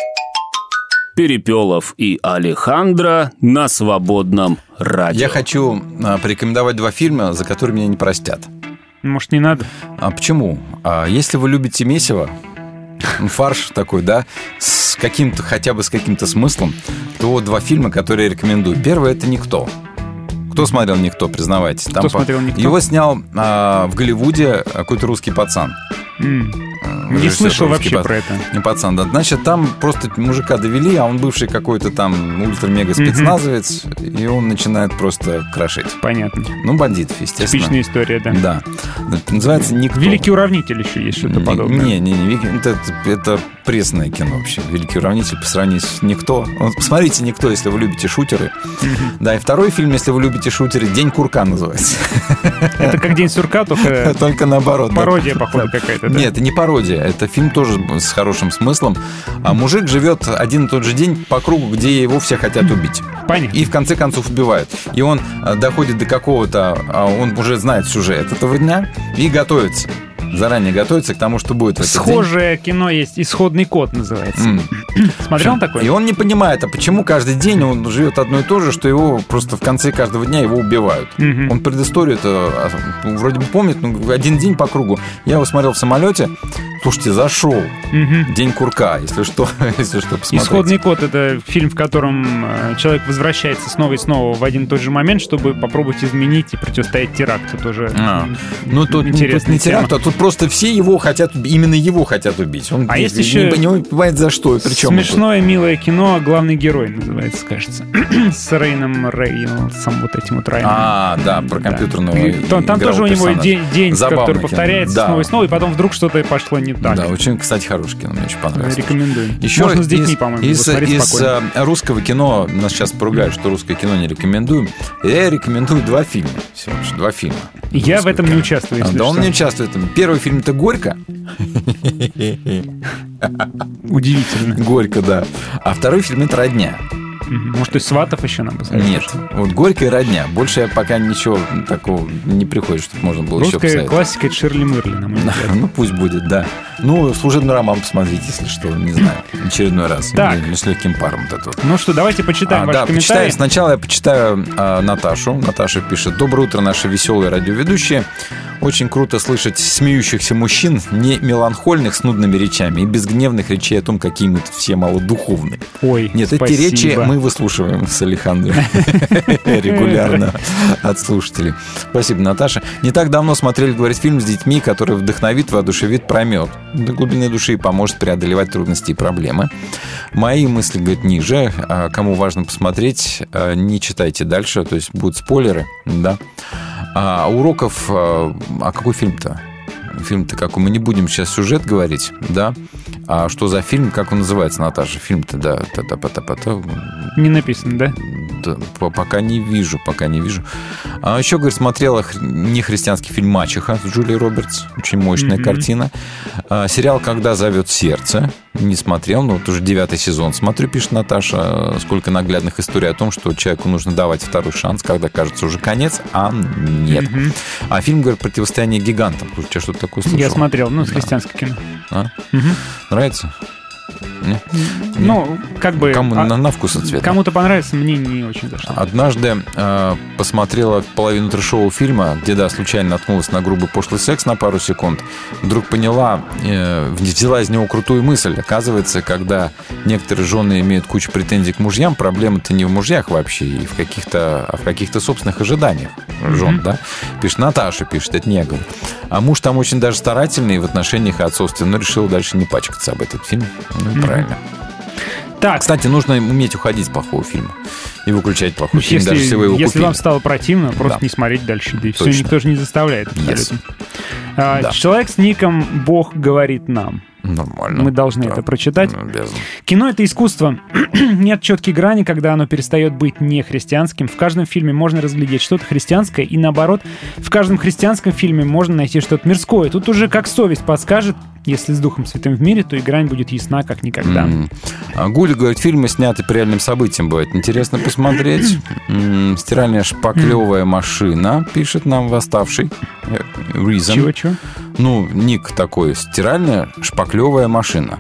Перепелов и Алехандро на Свободном радио. Я хочу а, порекомендовать два фильма, за которые меня не простят. Может, не надо? А почему? А, если вы любите месиво, фарш такой, да, с каким-то, хотя бы с каким-то смыслом, то вот два фильма, которые я рекомендую. Первый – это «Никто». Кто смотрел «Никто», признавайтесь? Там Кто смотрел «Никто»? Его снял а, в Голливуде какой-то русский пацан. Mm. Не слышал вообще про это. Не пацан, да. Значит, там просто мужика довели, а он бывший какой-то там ультра-мега-спецназовец, mm-hmm. и он начинает просто крошить. Понятно. Ну, бандитов, естественно. Типичная история, да. Да. Называется «Никто». «Великий уравнитель» еще есть что-то не, подобное. Не, не, не. Это, это пресное кино вообще. «Великий уравнитель» по сравнению с «Никто». Посмотрите «Никто», если вы любите шутеры. Mm-hmm. Да, и второй фильм, если вы любите шутеры, «День курка» называется. Это как «День сурка», только... Только наоборот. Пародия, походу, какая-то, да? Нет, это не пародия. Это фильм тоже с хорошим смыслом. А мужик живет один и тот же день по кругу, где его все хотят убить. Понятно. И в конце концов убивают. И он доходит до какого-то... Он уже знает сюжет этого дня и готовится. Заранее готовится к тому, что будет в этот Схожее день. кино есть, «Исходный код» называется. Mm. Смотрел такое? И он не понимает, а почему каждый день он живет одно и то же, что его просто в конце каждого дня его убивают. Mm-hmm. Он предысторию это вроде бы помнит, но один день по кругу. Я его смотрел в самолете. Слушайте, зашел. Mm-hmm. «День курка», если что, если что, посмотреть. «Исходный код» — это фильм, в котором человек возвращается снова и снова в один и тот же момент, чтобы попробовать изменить и противостоять теракту. Тоже а. Ну, тут, тут не теракт, а тут просто все его хотят, именно его хотят убить. Он а не, есть не, еще не, не понимает, за что. Причем смешное, милое кино «Главный герой» называется, кажется. С Рейном Рейнольдсом, вот этим вот Райаном. А, да, про компьютерного да. Там, там тоже у него день, день который повторяется да. снова и снова, и потом вдруг что-то пошло не так. Да, очень, кстати, хорошее кино, мне очень понравилось. Рекомендую. Еще Можно с детьми, из, по-моему, из, из спокойно. русского кино, нас сейчас поругают, что русское кино не рекомендуем. Я рекомендую два фильма. Всего лишь два фильма. Я в этом кино. не участвую, если Да, что. он не участвует. Первый фильм — это «Горько». Удивительно. «Горько», да. А второй фильм — это «Родня». Может, то есть «Сватов» еще нам посмотреть? Нет. Вот «Горько» и «Родня». Больше я пока ничего такого не приходит, чтобы можно было русская еще посмотреть. Русская классика — это Ширли Мырли, на мой взгляд. Ну, пусть будет, да. Ну, «Служебный роман» посмотрите, если что, не знаю, очередной раз. Так. Или с легким паром. Вот это вот. Ну что, давайте почитаем а, ваши да, комментарии. Почитаю. Сначала я почитаю а, Наташу. Наташа пишет: «Доброе утро, наши веселые радиоведущие. Очень круто слышать смеющихся мужчин, не меланхольных с нудными речами и безгневных речей о том, какие мы все малодуховные». Ой, Нет, спасибо. Эти речи мы выслушиваем с Алехандро регулярно от слушателей. Спасибо, Наташа. Не так давно смотрели, говорит, фильм с детьми, который вдохновит, воодушевит, проймет до глубины души и поможет преодолевать трудности и проблемы. Мои мысли, говорит, ниже. Кому важно посмотреть, не читайте дальше, то есть будут спойлеры, да. А уроков... А какой фильм-то? Фильм-то какой? Мы не будем сейчас сюжет говорить, да? А что за фильм? Как он называется, Наташа? Фильм-то, да. Та-та-та-та-та. Не написано, да? Да, пока не вижу, пока не вижу. А еще, говорит, смотрела нехристианский фильм «Мачеха» с Джулией Робертс. Очень мощная mm-hmm. картина. А, сериал «Когда зовет сердце». Не смотрел, но вот уже девятый сезон смотрю, пишет Наташа. Сколько наглядных историй о том, что человеку нужно давать второй шанс, когда кажется уже конец, а нет. Mm-hmm. А фильм, говорит, «Противостояние гигантам». У тебя что-то такое слышал? Я смотрел, ну, да. христианское кино. А? Угу. Нравится? Не? Ну, как бы... Кому, а, на, на вкус и цвет. Кому-то понравится, мне не очень зашло. Однажды э, посмотрела половину трэшового фильма, где, да, случайно наткнулась на грубый пошлый секс на пару секунд. Вдруг поняла, э, взяла из него крутую мысль. Оказывается, когда некоторые жены имеют кучу претензий к мужьям, проблема-то не в мужьях вообще, и в каких-то, а в каких-то собственных ожиданиях жен, mm-hmm. да? Пишет Наташа, пишет, это не я говорю. А муж там очень даже старательный в отношениях и отцовстве, но решил дальше не пачкаться об этот фильм. Ну, mm-hmm. правильно. Так. Кстати, нужно уметь уходить с плохого фильма и выключать плохой фильм, Если, даже если вы его если купили. вам стало противно, просто Да. не смотреть дальше. Да и все, Точно. никто же не заставляет абсолютно. Yes. А, Да. Человек с ником «Бог говорит нам». Нормально. Мы должны Да. это прочитать. Обязан. Кино — это искусство. Нет четкой грани, когда оно перестает быть нехристианским. В каждом фильме можно разглядеть что-то христианское, и наоборот, в каждом христианском фильме можно найти что-то мирское. Тут уже как совесть подскажет, если с Духом Святым в мире, то и грань будет ясна, как никогда. М. А Гуля говорит, фильмы сняты по реальным событиям. Бывает интересно посмотреть. М, Стиральная шпаклевая машина, пишет нам восставший. Э, Reason. Чего-чего? Ну, ник такой. Стиральная шпаклевая машина.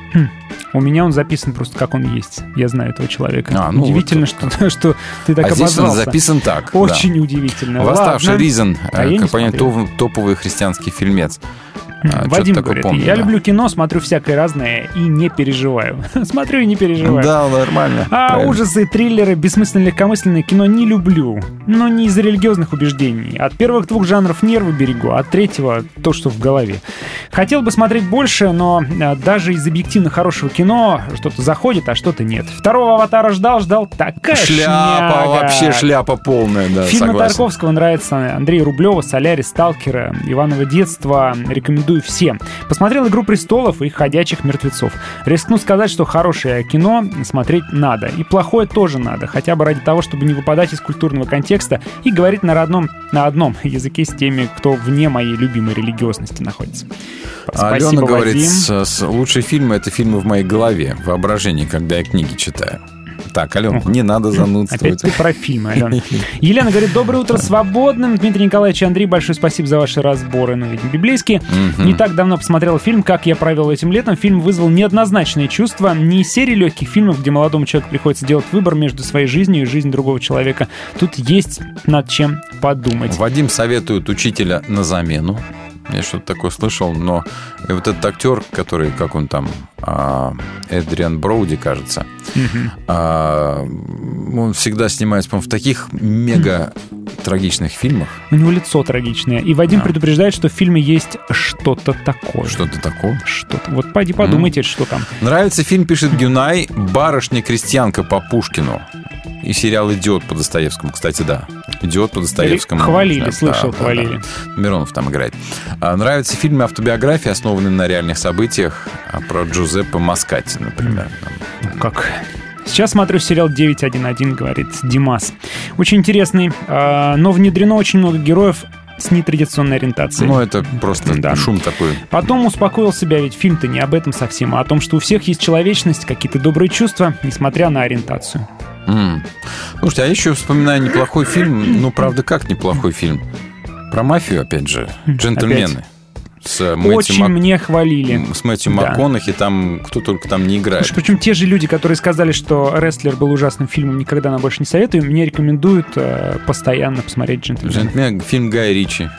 У меня он записан просто как он есть. Я знаю этого человека. А, ну удивительно, вот что, что ты так а здесь он обозвался. записан так. Очень да. удивительно. Восставший Ладно. Reason. А я не Как понятно, смотрел. топ- топовый христианский фильмец. А, Вадим что-то такое говорит, помню, я да. люблю кино, смотрю всякое разное и не переживаю. Смотрю и не переживаю. Да, нормально. А правильно. ужасы, триллеры, бессмысленно легкомысленное кино не люблю. Но не из-за религиозных убеждений. От первых двух жанров нервы берегу, от третьего — то, что в голове. Хотел бы смотреть больше, но а, даже из объективно хорошего кино что-то заходит, а что-то нет. Второго «Аватара» ждал, ждал. Такая Шляпа, шняга. вообще шляпа полная, да, Фильмы согласен. Тарковского нравятся. Андрея Рублева, «Солярис», «Сталкера», «Иваново детство». Рекомендую всем. Посмотрел «Игру престолов» и «Ходячих мертвецов». Рискну сказать, что хорошее кино смотреть надо. И плохое тоже надо. Хотя бы ради того, чтобы не выпадать из культурного контекста и говорить на родном, на одном языке с теми, кто вне моей любимой религиозности находится. Спасибо, Алена говорит, Вадим. с, с- лучшие фильмы — это фильмы в моей голове, воображении, когда я книги читаю. Так, Алена, не надо занудствовать. Опять ты про фильмы, Алена. Елена говорит, доброе утро свободным. Дмитрий Николаевич и Андрей, большое спасибо за ваши разборы, ну, видимо, библейские. Мгм. Не так давно посмотрел фильм «Как я провел этим летом». Фильм вызвал неоднозначные чувства. Не из серии легких фильмов, где молодому человеку приходится делать выбор между своей жизнью и жизнью другого человека. Тут есть над чем подумать. Вадим советует учителя на замену. Я что-то такое слышал, но и вот этот актер, который, как он там, а, Эдриан Броуди, кажется, Мгм. а, он всегда снимается, по-моему, в таких мега трагичных фильмах. У него лицо трагичное. И Вадим предупреждает, что в фильме есть что-то такое. Что-то такое? Что-то. Вот пойди подумайте, что там. Нравится фильм, пишет Гюнай, «Барышня-крестьянка» по Пушкину. И сериал «Идиот» по Достоевскому. Кстати, да. «Идиот» по Достоевскому. Хвалили, Да, слышал, да, хвалили. да. Миронов там играет. А, нравятся фильмы автобиографии, основанные на реальных событиях. А, про Джузеппе Маскати, например. Ну, как... Сейчас смотрю сериал девять один один, говорит Димас. Очень интересный, а, но внедрено очень много героев с нетрадиционной ориентацией. Ну, это просто Да. шум такой. Потом успокоил себя, ведь фильм-то не об этом совсем, а о том, что у всех есть человечность, какие-то добрые чувства, несмотря на ориентацию. М. Слушайте, а я еще вспоминаю неплохой фильм. Ну, правда, как неплохой фильм? Про мафию, опять же. «Джентльмены». С Мэтью, Очень Мак- мне хвалили. с Мэтью Да. МакКонахи, там кто только там не играет. Слушай, причем те же люди, которые сказали, что «Рестлер» был ужасным фильмом, никогда нам больше не советую, мне рекомендуют э, постоянно посмотреть «Джентльмены». «Джентльмен», фильм Гая Ричи.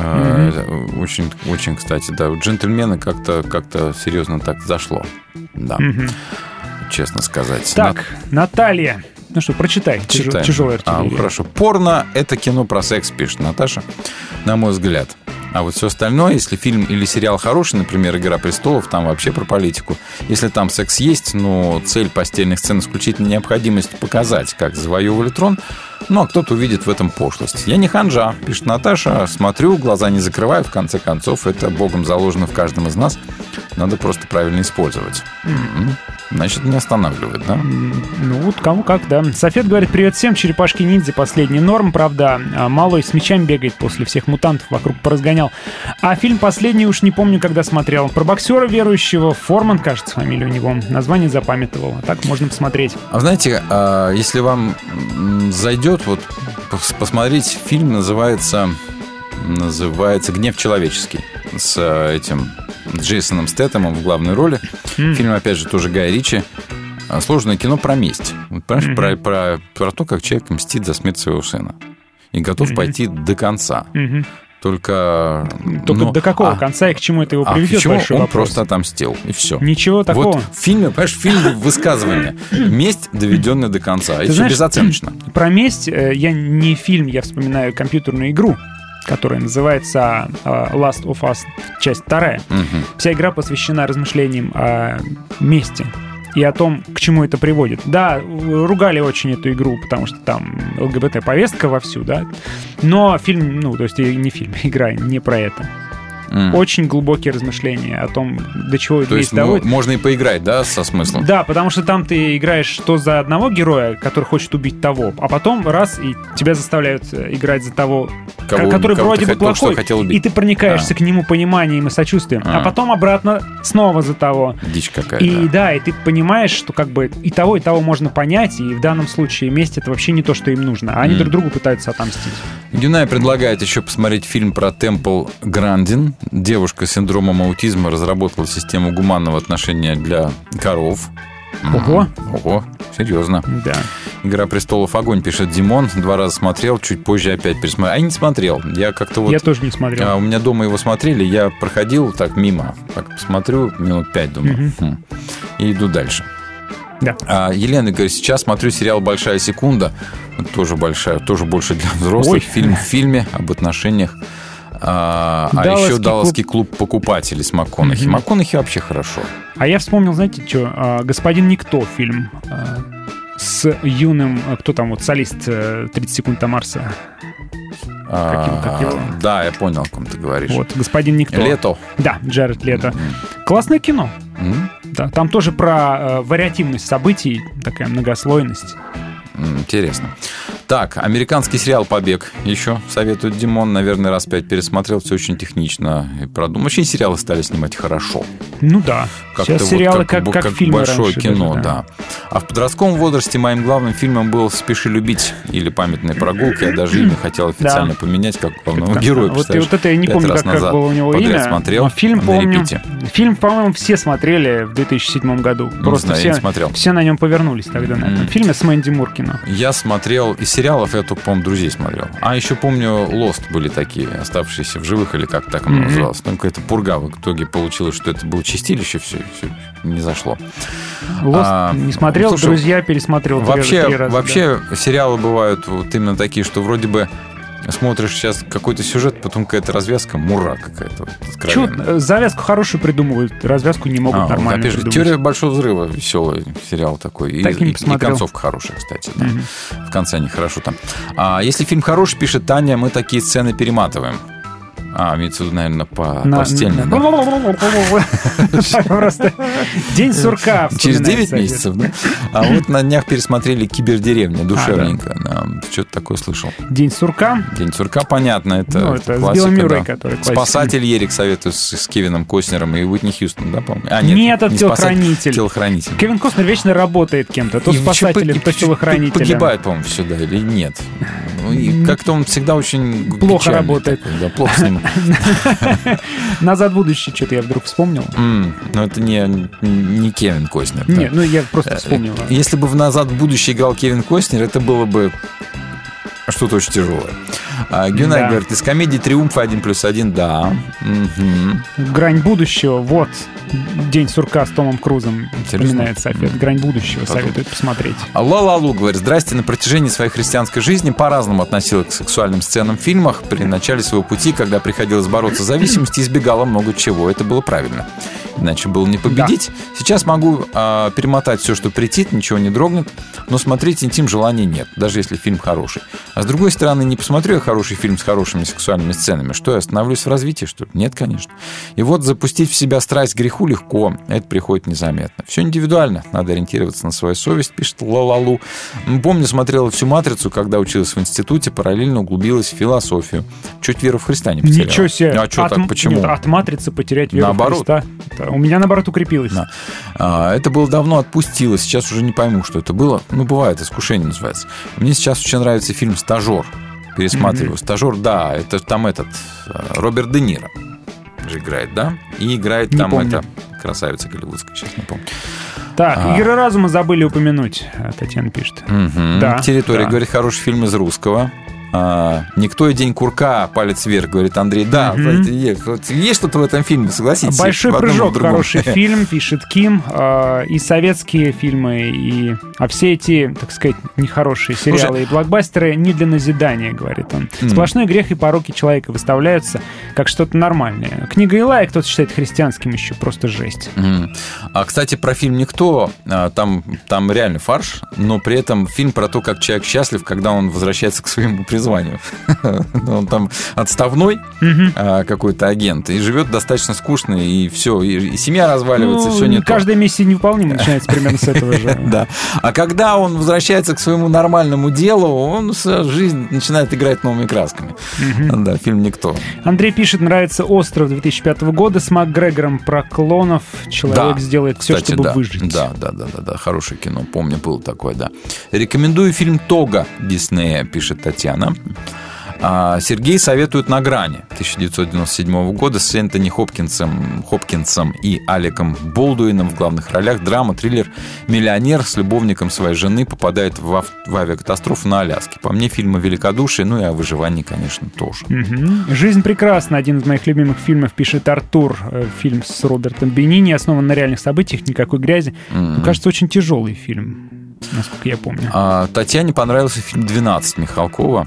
Э, Очень, очень, кстати, да. «Джентльмены» как-то как-то серьезно так зашло. Да, Мгм. честно сказать. Так, Наталья. Ну что, прочитай. На- Тяжел- читаем. Тяжелая А, артиллерия. хорошо. Порно — это кино про секс, пишет Наташа, на мой взгляд. А вот все остальное, если фильм или сериал хороший, например, «Игра престолов», там вообще про политику. Если там секс есть, но цель постельных сцен исключительно необходимость показать, как завоевывали трон, ну, а кто-то увидит в этом пошлость. Я не ханжа, пишет Наташа, смотрю, глаза не закрываю, в конце концов, это Богом заложено в каждом из нас. Надо просто правильно использовать. М-м. Значит, не останавливает, да? Ну вот кому как, да. Софет говорит, привет всем, черепашки-ниндзя, последний норм, правда. А малой с мечами бегает после всех мутантов, вокруг поразгонял. А фильм последний уж не помню, когда смотрел. Про боксера верующего, Форман, кажется, фамилия у него. Название запамятовал. А так можно посмотреть. А знаете, а, если вам м, зайдет, вот пос- посмотреть фильм, называется, называется «Гнев человеческий» с э, этим с Джейсоном Стэтэмом в главной роли. М. Фильм, опять же, тоже Гая Ричи. А, Сложное кино про месть. Вот, понимаешь, Мгм. про, про, про то, как человек мстит за смерть своего сына. И готов Мгм. пойти до конца. Мгм. Только... Только ну, до какого а- конца и к чему это его а к приведет, чему большой он вопрос. просто отомстил, и все. Ничего такого. Вот в фильме, понимаешь, в фильме высказывание. Месть, доведенная до конца. И Ты все знаешь, безоценочно. Про месть э, я не фильм, я вспоминаю компьютерную игру, которая называется э, Last of Us, часть вторая. Мгм. Вся игра посвящена размышлениям о мести. и о том, к чему это приводит. Да, ругали очень эту игру, потому что там ЛГБТ-повестка вовсю, да, но фильм, ну, то есть не фильм, игра не про это. Mm. Очень глубокие размышления о том, до чего это есть доводит. Можно и поиграть, да, со смыслом? Да, потому что там ты играешь что за одного героя, который хочет убить того, а потом раз, и тебя заставляют играть за того, кого, который кого вроде бы плохой, и ты проникаешься а. к нему пониманием и сочувствием, а. а потом обратно снова за того. Дичь какая-то. И да. да, и ты понимаешь, что как бы и того, и того можно понять, и в данном случае месть — это вообще не то, что им нужно, а они mm. друг другу пытаются отомстить. Юнай предлагает еще посмотреть фильм про Темпл Грандин. Девушка с синдромом аутизма разработала систему гуманного отношения для коров. Ого. Ого, серьезно. Да. «Игра престолов. Огонь», пишет Димон. Два раза смотрел, чуть позже опять пересмотрел. А я не смотрел. Я как-то вот... Я тоже не смотрел. А, у меня дома его смотрели, я проходил так мимо. Так посмотрю, минут пять, думаю. Угу. Хм. И иду дальше. Да. А, Елена говорит, сейчас смотрю сериал «Большая секунда». Тоже большая, тоже больше для взрослых. Ой. Фильм в фильме об отношениях. А, а еще «Далласский клуб. клуб покупателей» с МакКонахи. Mm-hmm. МакКонахи вообще хорошо. А я вспомнил, знаете, что? «Господин Никто» фильм с юным... Кто там вот солист «тридцать секунд до Марса»? А, как его? Да, я понял, о ком ты говоришь. Вот, «Господин Никто». Лето. Да, Джаред Лето. Mm-hmm. Классное кино. Mm-hmm. Да, там тоже про э, вариативность событий, такая многослойность. Интересно. Так, американский сериал «Побег» еще советует Димон. Наверное, раз пять пересмотрел. Все очень технично и продумано. Вообще сериалы стали снимать хорошо. Ну да. Как-то сейчас вот сериалы как, как, как, как как фильмы большое раньше кино, даже, да. да. А в подростковом возрасте моим главным фильмом был «Спеши любить» или «Памятная прогулка». Я даже имя хотел официально да. поменять, как главного героя. Вот, вот это я не помню, как, как было у него имя. Смотрел, фильм, помню, фильм, по-моему, все смотрели в две тысячи седьмом году. Ну, Просто знаю, все, я не смотрел. все на нем повернулись тогда на этом фильме с Мэнди Мур кино. Я смотрел из сериалов, я только, по-моему, «Друзей» смотрел. А еще помню, «Лост» были такие, оставшиеся в живых, или как так оно mm-hmm. называлось. Там какая-то пурга. В итоге получилось, что это было чистилище, все, все не зашло. «Лост» а, не смотрел, слушай, «Друзья» пересмотрел вообще, три раза. Вообще да. сериалы бывают вот именно такие, что вроде бы смотришь сейчас какой-то сюжет, потом какая-то развязка, мура какая-то. Вот, чё, завязку хорошую придумывают, развязку не могут а, нормально вот, опять же, «Теория большого взрыва», веселый сериал такой. И, и, и концовка хорошая, кстати. Да. Mm-hmm. В конце они хорошо там. А если фильм хороший, пишет Таня, мы такие сцены перематываем. А, имеется в виду, наверное, по постельно. Просто «День сурка». Через девять месяцев, да? А вот на днях пересмотрели «Кибердеревня», душевненько. Что-то такое слышал. «День сурка». «День сурка», понятно, это классика. С Биллом Мюррей, который «Спасатель» Ерик советует с Кевином Костнером и Уитни Хьюстон, да, по-моему? А, нет, это телохранитель. Телохранитель. Кевин Костнер вечно работает кем-то. То спасателем, то телохранителем. Погибает, по-моему, сюда или нет. Как-то он всегда очень плохо работает. Да, плохо с ним. «Назад в будущее» что-то я вдруг вспомнил. Mm, но это не, не Кевин Костнер. Нет, да. ну я просто вспомнил. Если бы в «Назад в будущее» играл Кевин Костнер, это было бы что-то очень тяжелое. А Гюнай да. говорит, из комедии «Триумф» один плюс один, да. Угу. «Грань будущего», вот. «День сурка» с Томом Крузом вспоминает Софет. «Грань будущего» Потом. Советует посмотреть. Ла-ла-лу говорит, здрасте, на протяжении своей христианской жизни по-разному относилась к сексуальным сценам в фильмах. При начале своего пути, когда приходилось бороться с зависимостью, избегала много чего. Это было правильно. Иначе было не победить. Да. Сейчас могу э, перемотать все, что претит, ничего не дрогнет, но смотреть интим желания нет, даже если фильм хороший. А с другой стороны, не посмотрю я хороший фильм с хорошими сексуальными сценами. Что, я остановлюсь в развитии, что ли? Нет, конечно. И вот запустить в себя страсть к греху легко. Это приходит незаметно. Все индивидуально. Надо ориентироваться на свою совесть, пишет Ла-ла-лу. Помню, смотрела всю «Матрицу», когда училась в институте, параллельно углубилась в философию. Чуть веру в Христа не потеряла. Ничего себе. А что от, так, почему? Нет, от «Матрицы» потерять веру наоборот. в Христа. У меня, наоборот, укрепилось. Да. А, это было давно, отпустило. Сейчас уже не пойму, что это было. Ну, бывает, «Искушение» называется. Мне сейчас очень нравится фильм «Стажер». Пересматриваю. Mm-hmm. «Стажер», да, это там этот Роберт Де Ниро же играет, да? И играет не там помню. Это красавица голливудская, сейчас не помню. Так, а. «Игры разума» забыли упомянуть, Татьяна пишет. Угу. Да, «Территория», да. говорит, хороший фильм из русского. А, «Никто и день курка», палец вверх, говорит Андрей. Да, mm-hmm. есть, вот, есть что-то в этом фильме, согласитесь? «Большой прыжок», хороший фильм, пишет Ким. И советские фильмы, и... а все эти, так сказать, нехорошие сериалы Слушай, и блокбастеры не для назидания, говорит он. Mm-hmm. Сплошной грех и пороки человека выставляются как что-то нормальное. Книга Илая кто-то считает христианским еще, просто жесть. Mm-hmm. А, кстати, про фильм «Никто», там, там реально фарш, но при этом фильм про то, как человек счастлив, когда он возвращается к своему призванию. Он там отставной mm-hmm. какой-то агент и живет достаточно скучно, и все, и, и семья разваливается, ну, все не то. Каждая миссия невыполнима начинается примерно с этого же. Да. А когда он возвращается к своему нормальному делу, он жизнь начинает играть новыми красками. Да, фильм «Никто». Андрей пишет, нравится «Остров» две тысячи пятого года с МакГрегором про клонов. Человек сделает все, чтобы выжить. Да, да, да, да, да, хорошее кино. Помню, было такое, да. Рекомендую фильм «Тога» Диснея, пишет Татьяна. Сергей советует «На грани» тысяча девятьсот девяносто седьмого года с Энтони Хопкинсом, Хопкинсом и Алеком Болдуином в главных ролях. Драма, триллер. Миллионер с любовником своей жены попадает в, ав- в авиакатастрофу на Аляске. По мне, фильм о великодушии, ну и о выживании, конечно, тоже. Угу. «Жизнь прекрасна», один из моих любимых фильмов, пишет Артур. Фильм с Робертом Бенини, основан на реальных событиях, никакой грязи. Mm-hmm. Кажется, очень тяжелый фильм, насколько я помню. А, Татьяне понравился фильм «двенадцать» Михалкова.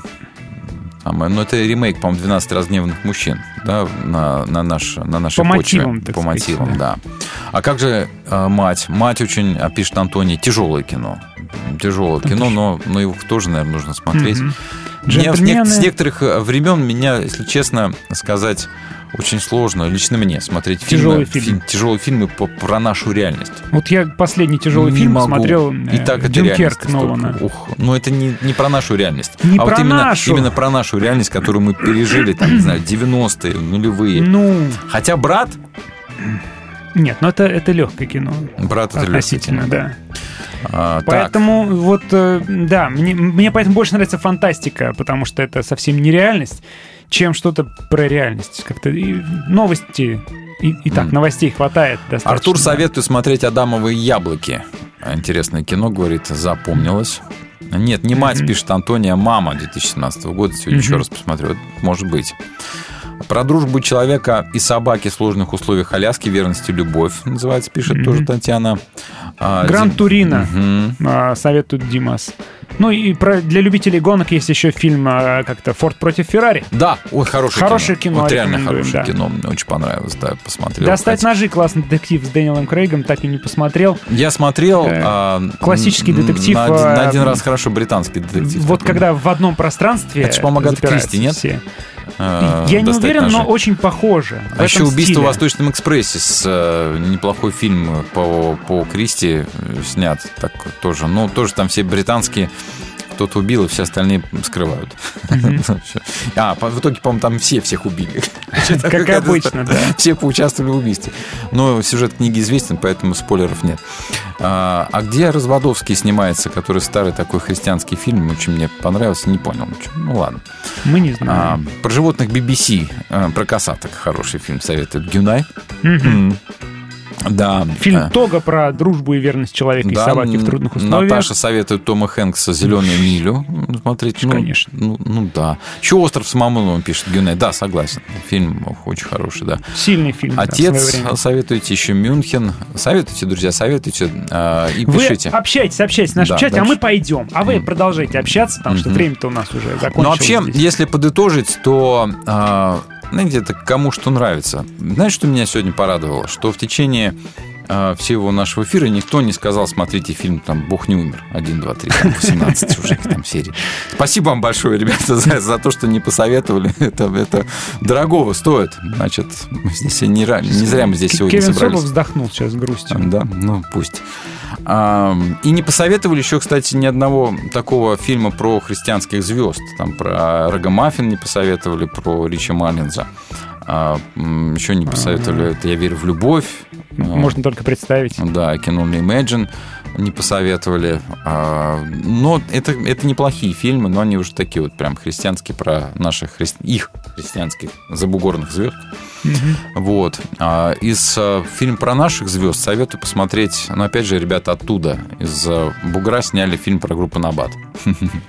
Ну, это ремейк, по-моему, «двенадцать разгневанных мужчин», да, на, на, наш, на нашей по почве. Мотивам, так по сказать, мотивам, да. да. А как же э, «Мать»? «Мать» очень, пишет Антоний, тяжелое кино. Тяжелое это кино, но, но его тоже, наверное, нужно смотреть. Mm-hmm. Мне в не, с некоторых времен меня, если честно сказать, очень сложно лично мне смотреть фильмы, фильм. фильм, тяжелые фильмы по, про нашу реальность. Вот я последний тяжелый не фильм могу. смотрел и так это «Дюнкерк» Нолана. Ух, но это не, не про нашу реальность. Не а про вот именно, нашу. именно про нашу реальность, которую мы пережили, там, не знаю, девяностые, нулевые. Ну... Хотя «Брат»... Нет, ну это, это легкое кино. «Брат» — это легкое кино. Да. А, поэтому так. вот, да, мне, мне поэтому больше нравится фантастика, потому что это совсем не реальность, чем что-то про реальность. Как-то и новости, и, и так, mm. новостей хватает достаточно. Артур советует смотреть «Адамовые яблоки». Интересное кино, говорит, запомнилось. Нет, не «Мать», mm-hmm. пишет Антония, «Мама» две тысячи семнадцатого года. Сегодня mm-hmm. еще раз посмотрю. Может быть. Про дружбу человека и собаки в сложных условиях Аляски, верность и любовь, называется, пишет mm-hmm. тоже Татьяна. Гран Турино, mm-hmm. советует Димас. Ну и про, для любителей гонок есть еще фильм как-то «Форд против Феррари». Да, вот хорошее, хорошее кино. кино. Вот реально хорошее да. кино, мне очень понравилось, да, посмотрел. «Достать ножи», классный детектив с Дэниелом Крейгом, так и не посмотрел. Я смотрел. Э, а, классический детектив. На, на один раз хорошо британский детектив. Вот такой. Когда в одном пространстве это же, по-моему, Агата Кристи, нет? Все. Я не уверен, ножи. Но очень похоже. А еще «Убийство в Восточном экспрессе» с э, неплохой фильм по, по Кристи снят. Так тоже. Ну, тоже там все британские. Кто-то убил, и все остальные скрывают. Mm-hmm. А, в итоге, по-моему, там все всех убили. Как обычно, да. Все поучаствовали в убийстве. Но сюжет книги известен, поэтому спойлеров нет. А, а где Разводовский снимается, который старый такой христианский фильм, очень мне понравился, не понял. Ну, ладно. Мы не знаем. А, про животных би би си, а, про косаток хороший фильм советует Гюнай. Mm-hmm. Mm. Да. Фильм «Тога» про дружбу и верность человека да, и собаки в трудных условиях. Наташа советует Тома Хэнкса «Зеленую милю» смотреть. Ну, конечно. Ну, ну да. Еще «Остров с Мамоновым» пишет Гюнай. Да, согласен. Фильм очень хороший, да. Сильный фильм. «Отец» да, советуете, еще «Мюнхен». Советуйте, друзья, советуйте э, и вы пишите. Вы общайтесь, общайтесь в нашем да, чате, дальше. А мы пойдем. А вы mm. продолжайте общаться, потому что mm-hmm. время-то у нас уже закончилось. Ну, вообще, здесь. Если подытожить, то... Э, знаете, это кому что нравится. Знаете, что меня сегодня порадовало? Что в течение э, всего нашего эфира никто не сказал, смотрите фильм там «Бог не умер». один, два, три, восемнадцать уже там серий. Спасибо вам большое, ребята, за, за то, что не посоветовали. Это, это дорогого стоит. Значит, мы здесь не, не зря мы здесь сегодня Кевин собрались. Соболев вздохнул сейчас с грустью. Да, ну пусть. И не посоветовали еще, кстати, ни одного такого фильма про христианских звезд. Там про Рогомаффин не посоветовали, про Ричи Маллинза. Еще не посоветовали «Это я верю в любовь». Можно только представить. Да, кино Imagine не посоветовали. Но это, это неплохие фильмы, но они уже такие вот прям христианские, про наших, хри... их христианских забугорных звезд. Mm-hmm. Вот. Из фильм про наших звезд советую посмотреть, но опять же, ребята оттуда, из Бугра сняли фильм про группу Набат.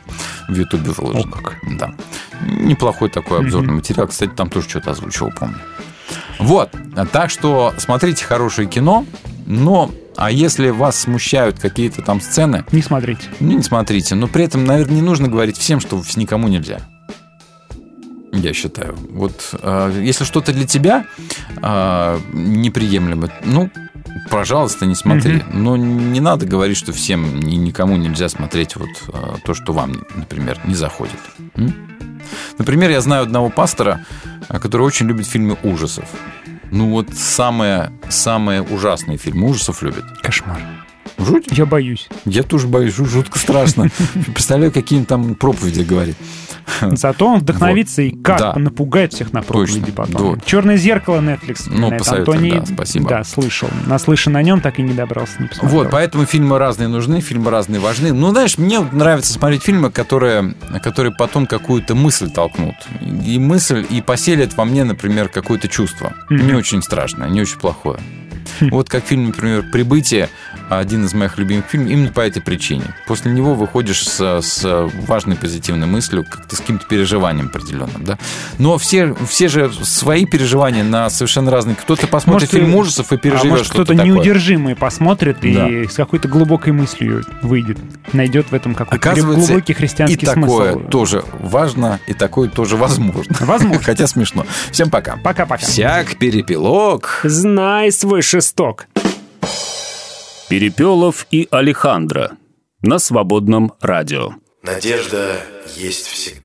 в Ютубе выложен. О, как. Да. Неплохой такой обзорный mm-hmm. материал. Кстати, там тоже что-то озвучивал, помню. Вот. Так что смотрите хорошее кино, но... А если вас смущают какие-то там сцены... Не смотрите. Ну, не смотрите. Но при этом, наверное, не нужно говорить всем, что никому нельзя. Я считаю. Вот э, если что-то для тебя э, неприемлемо, ну, пожалуйста, не смотри. Mm-hmm. Но не надо говорить, что всем и никому нельзя смотреть вот э, то, что вам, например, не заходит. М? Например, я знаю одного пастора, который очень любит фильмы ужасов. Ну вот самые, самые ужасные фильмы ужасов любят. Кошмар. Жуть? Я боюсь. Я тоже боюсь, жутко страшно. Представляю, какие там проповеди говорит. Зато он вдохновится вот. И как да. напугает всех на проповеди потом. Да. «Черное зеркало» Netflix. Ну, посоветуем, да, спасибо. Да, слышал. Наслышан о нем, так и не добрался, не посмотрел. Вот, поэтому фильмы разные нужны, фильмы разные важны. Ну, знаешь, мне нравится смотреть фильмы, которые, которые потом какую-то мысль толкнут. И мысль, и поселят во мне, например, какое-то чувство. Mm-hmm. Не очень страшное, не очень плохое. Вот как фильм, например, «Прибытие», один из моих любимых фильмов, именно по этой причине. После него выходишь с, с важной позитивной мыслью, как-то с каким-то переживанием определенным, да. Но все, все же свои переживания на совершенно разные. Кто-то посмотрит может, фильм ужасов и переживет а может, что-то такое. Неудержимый посмотрит да. и с какой-то глубокой мыслью выйдет, найдет в этом какой-то глубокий христианский и смысл. И такое тоже важно, и такое тоже возможно. Возможно. Хотя смешно. Всем пока. Пока-пока. Всяк перепелок. Знай свой шесток. Перепелов и Алехандро на Свободном радио. Надежда есть всегда.